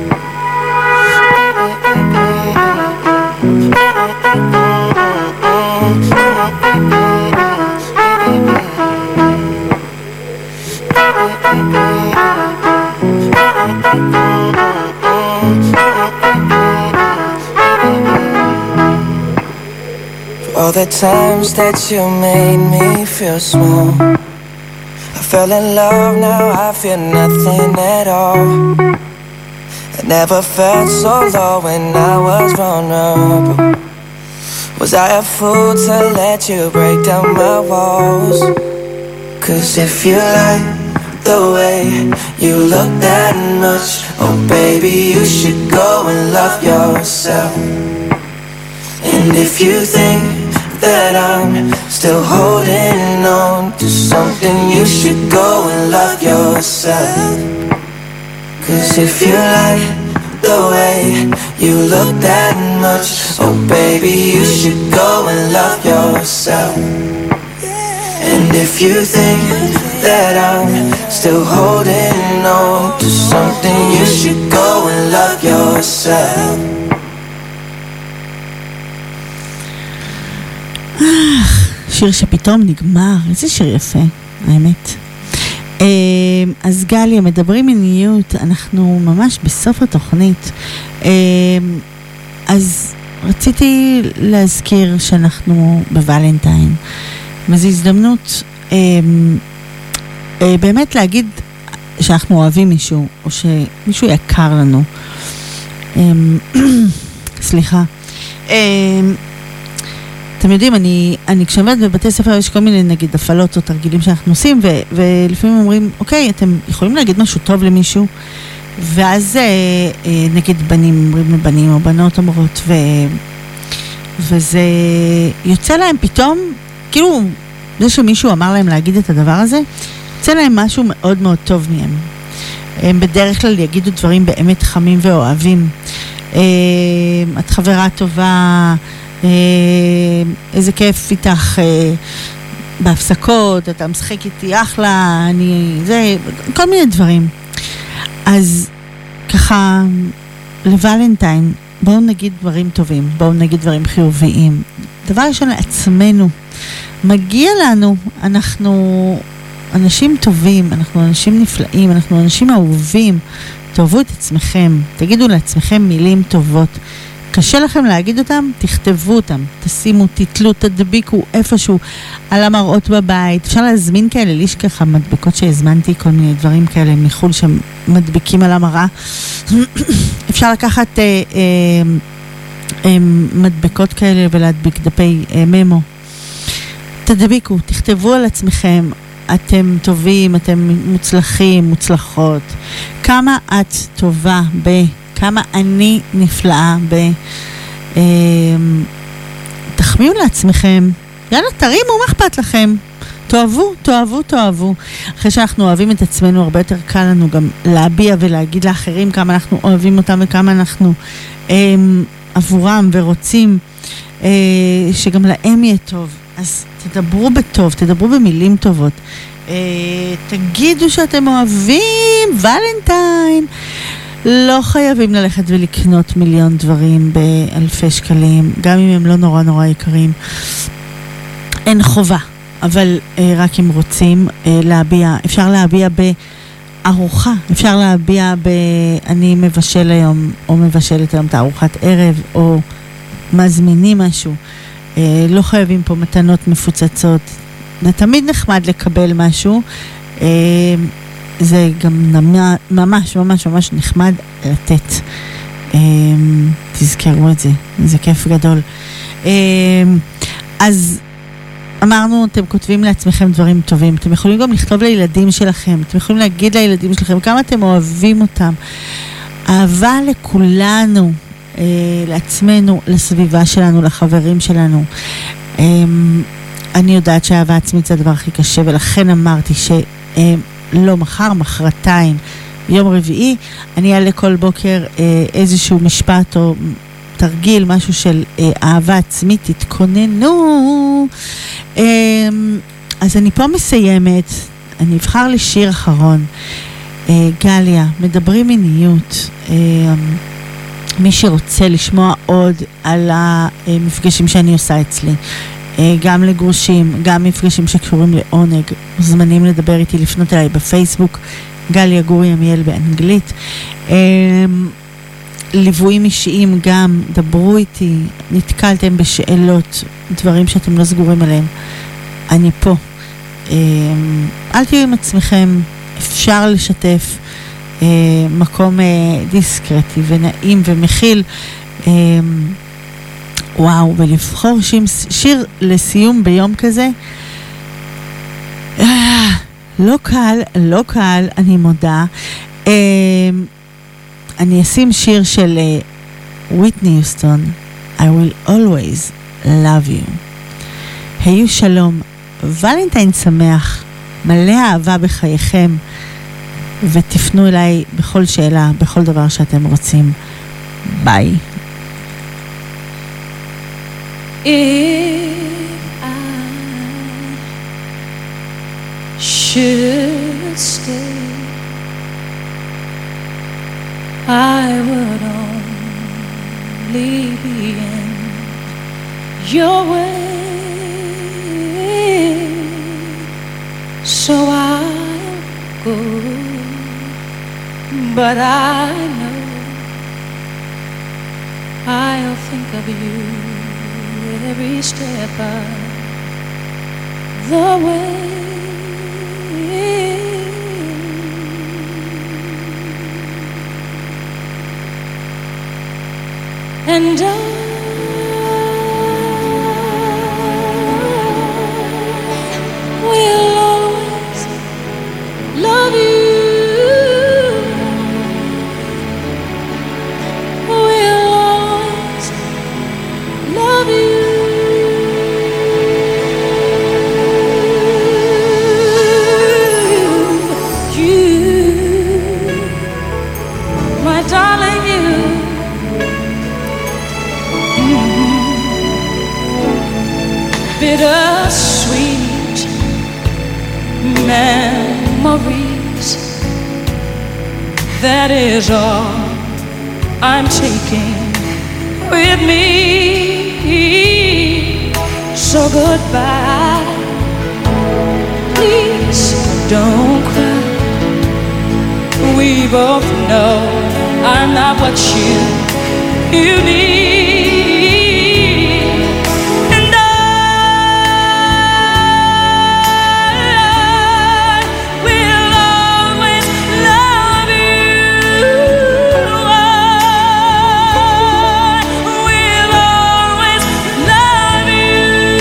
S4: All the times that you made me feel small, I fell in love, now I feel nothing at all. I never felt so low when I was vulnerable. Was I a fool to let you break down my walls? 'Cause if you like the way you look that much, oh baby, you should go and love yourself. And if you think that I'm still holding on to something, you should go and love yourself. 'Cause if you like the way you look that much, oh baby, you should go and love yourself. And if you think that I'm still holding on to something, you should go and love yourself.
S1: שיר שפתאום נגמר, איזה שיר יפה, האמת. אז גליה, מדברים מיניות, אנחנו ממש בסוף התוכנית. אז רציתי להזכיר שאנחנו בוולנטיין, וזו הזדמנות באמת להגיד שאנחנו אוהבים מישהו, או שמישהו יקר לנו. סליחה. אתם יודעים, אני כשעומדת בבתי ספר יש כל מיני נגיד הפעלות או תרגילים שאנחנו עושים, ולפעמים אומרים, אוקיי, אתם יכולים להגיד משהו טוב למישהו, ואז נגיד בנים אומרים לבנים או בנות אומרות, וזה יוצא להם פתאום, כאילו זה שמישהו אמר להם להגיד את הדבר הזה, יוצא להם משהו מאוד מאוד טוב מהם. הם בדרך כלל יגידו דברים באמת חמים ואוהבים. את חברה טובה, איזה כיף איתך בהפסקות, אתה משחק איתי אחלה, זה, כל מיני דברים. אז ככה, לוולנטיין, בואו נגיד דברים טובים, בואו נגיד דברים חיוביים. דבר ראשון לעצמנו, מגיע לנו, אנחנו אנשים טובים, אנחנו אנשים נפלאים, אנחנו אנשים אהובים, תאהבו את עצמכם, תגידו לעצמכם מילים טובות. קשה לכם להגיד אותם, תכתבו אותם, תשימו, תתלו, תדביקו איפשהו על המראות בבית. אפשר להזמין כאלה, לי יש ככה מדבקות שהזמנתי, כל מיני דברים כאלה מחול שמדביקים על המראה. אפשר לקחת מדבקות כאלה ולהדביק דפי ממו. תדביקו, תכתבו על עצמכם, אתם טובים, אתם מוצלחים, מוצלחות. כמה את טובה כמה אני נפלאה תחמיאו לעצמכם. יאללה, תרימו, מה אכפת לכם? תאהבו, תאהבו, תאהבו. אחרי שאנחנו אוהבים את עצמנו, הרבה יותר קל לנו גם להביע ולהגיד לאחרים כמה אנחנו אוהבים אותם וכמה אנחנו עבורם ורוצים שגם להם יהיה טוב. אז תדברו בטוב, תדברו במילים טובות. תגידו שאתם אוהבים ולנטיין. לא חייבים ללכת ולקנות מיליון דברים באלפי שקלים, גם אם הם לא נורא נורא יקרים. אין חובה, אבל רק אם רוצים להביע, אפשר להביע בארוחה, אפשר להביע אני מבשל היום, או מבשלת היום את הארוחת ערב, או מזמינים משהו. לא חייבים פה מתנות מפוצצות. זה תמיד נחמד לקבל משהו. זה גם ממש ממש ממש נחמד לתת. תזכרו את זה, זה כיף גדול. אז אמרנו, אתם כותבים לעצמכם דברים טובים, אתם יכולים גם לכתוב לילדים שלכם, אתם יכולים להגיד לילדים שלכם כמה אתם אוהבים אותם. אהבה לכולנו, לעצמנו, לסביבה שלנו, לחברים שלנו. אני יודעת שאהבה עצמית זה הדבר הכי קשה, ולכן אמרתי לא מחר, מחרתיים, יום רביעי, אני אעלה כל בוקר איזשהו משפט או תרגיל, משהו של אהבה עצמית, תתכוננו. אז אני פה מסיימת, אני אבחר לשיר אחרון. גליה, מדברים מיניות. מי שרוצה לשמוע עוד על המפגשים שאני עושה אצלי, גם לגרושים, גם מפגשים שקשורים לעונג, מוזמנים לדבר איתי, לפנות אליי בפייסבוק, גליה גורי עמיאל באנגלית. ליוויים אישיים גם, דברו איתי, נתקלתם בשאלות, דברים שאתם לא סגורים עליהם, אני פה. אל תהיו עם עצמכם, אפשר לשתף, מקום דיסקרטי ונעים ומכיל. וואו, ולבחור שיר לסיום ביום כזה, לא קל, לא קל, אני מודה. אני אשים שיר של וויטני יוסטון, I will always love you. היו שלום, ולנטיין שמח, מלא אהבה בחייכם, ותפנו אליי בכל שאלה, בכל דבר שאתם רוצים. ביי.
S9: If I should stay, I would only be in your way, so I'll go, but I know I'll think of you every step of the way. And I will always love you. Will always love you. Bittersweet memories, that is all I'm taking with me. So goodbye, please don't cry, we both know I'm not what you need, and I will always love you. I will always love you.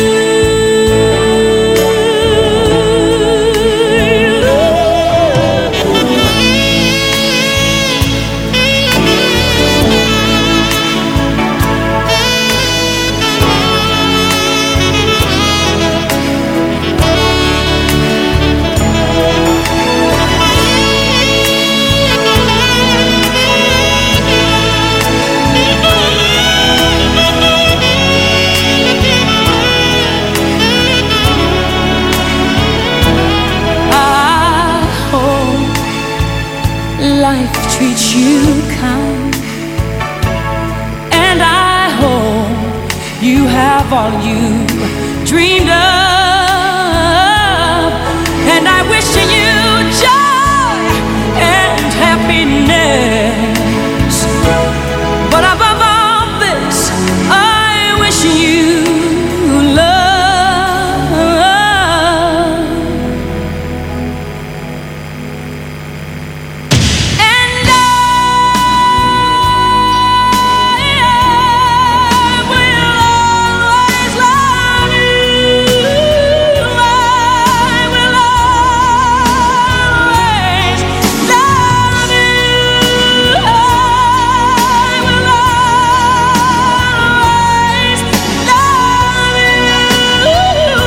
S9: Life treats you kind, and I hope you have all you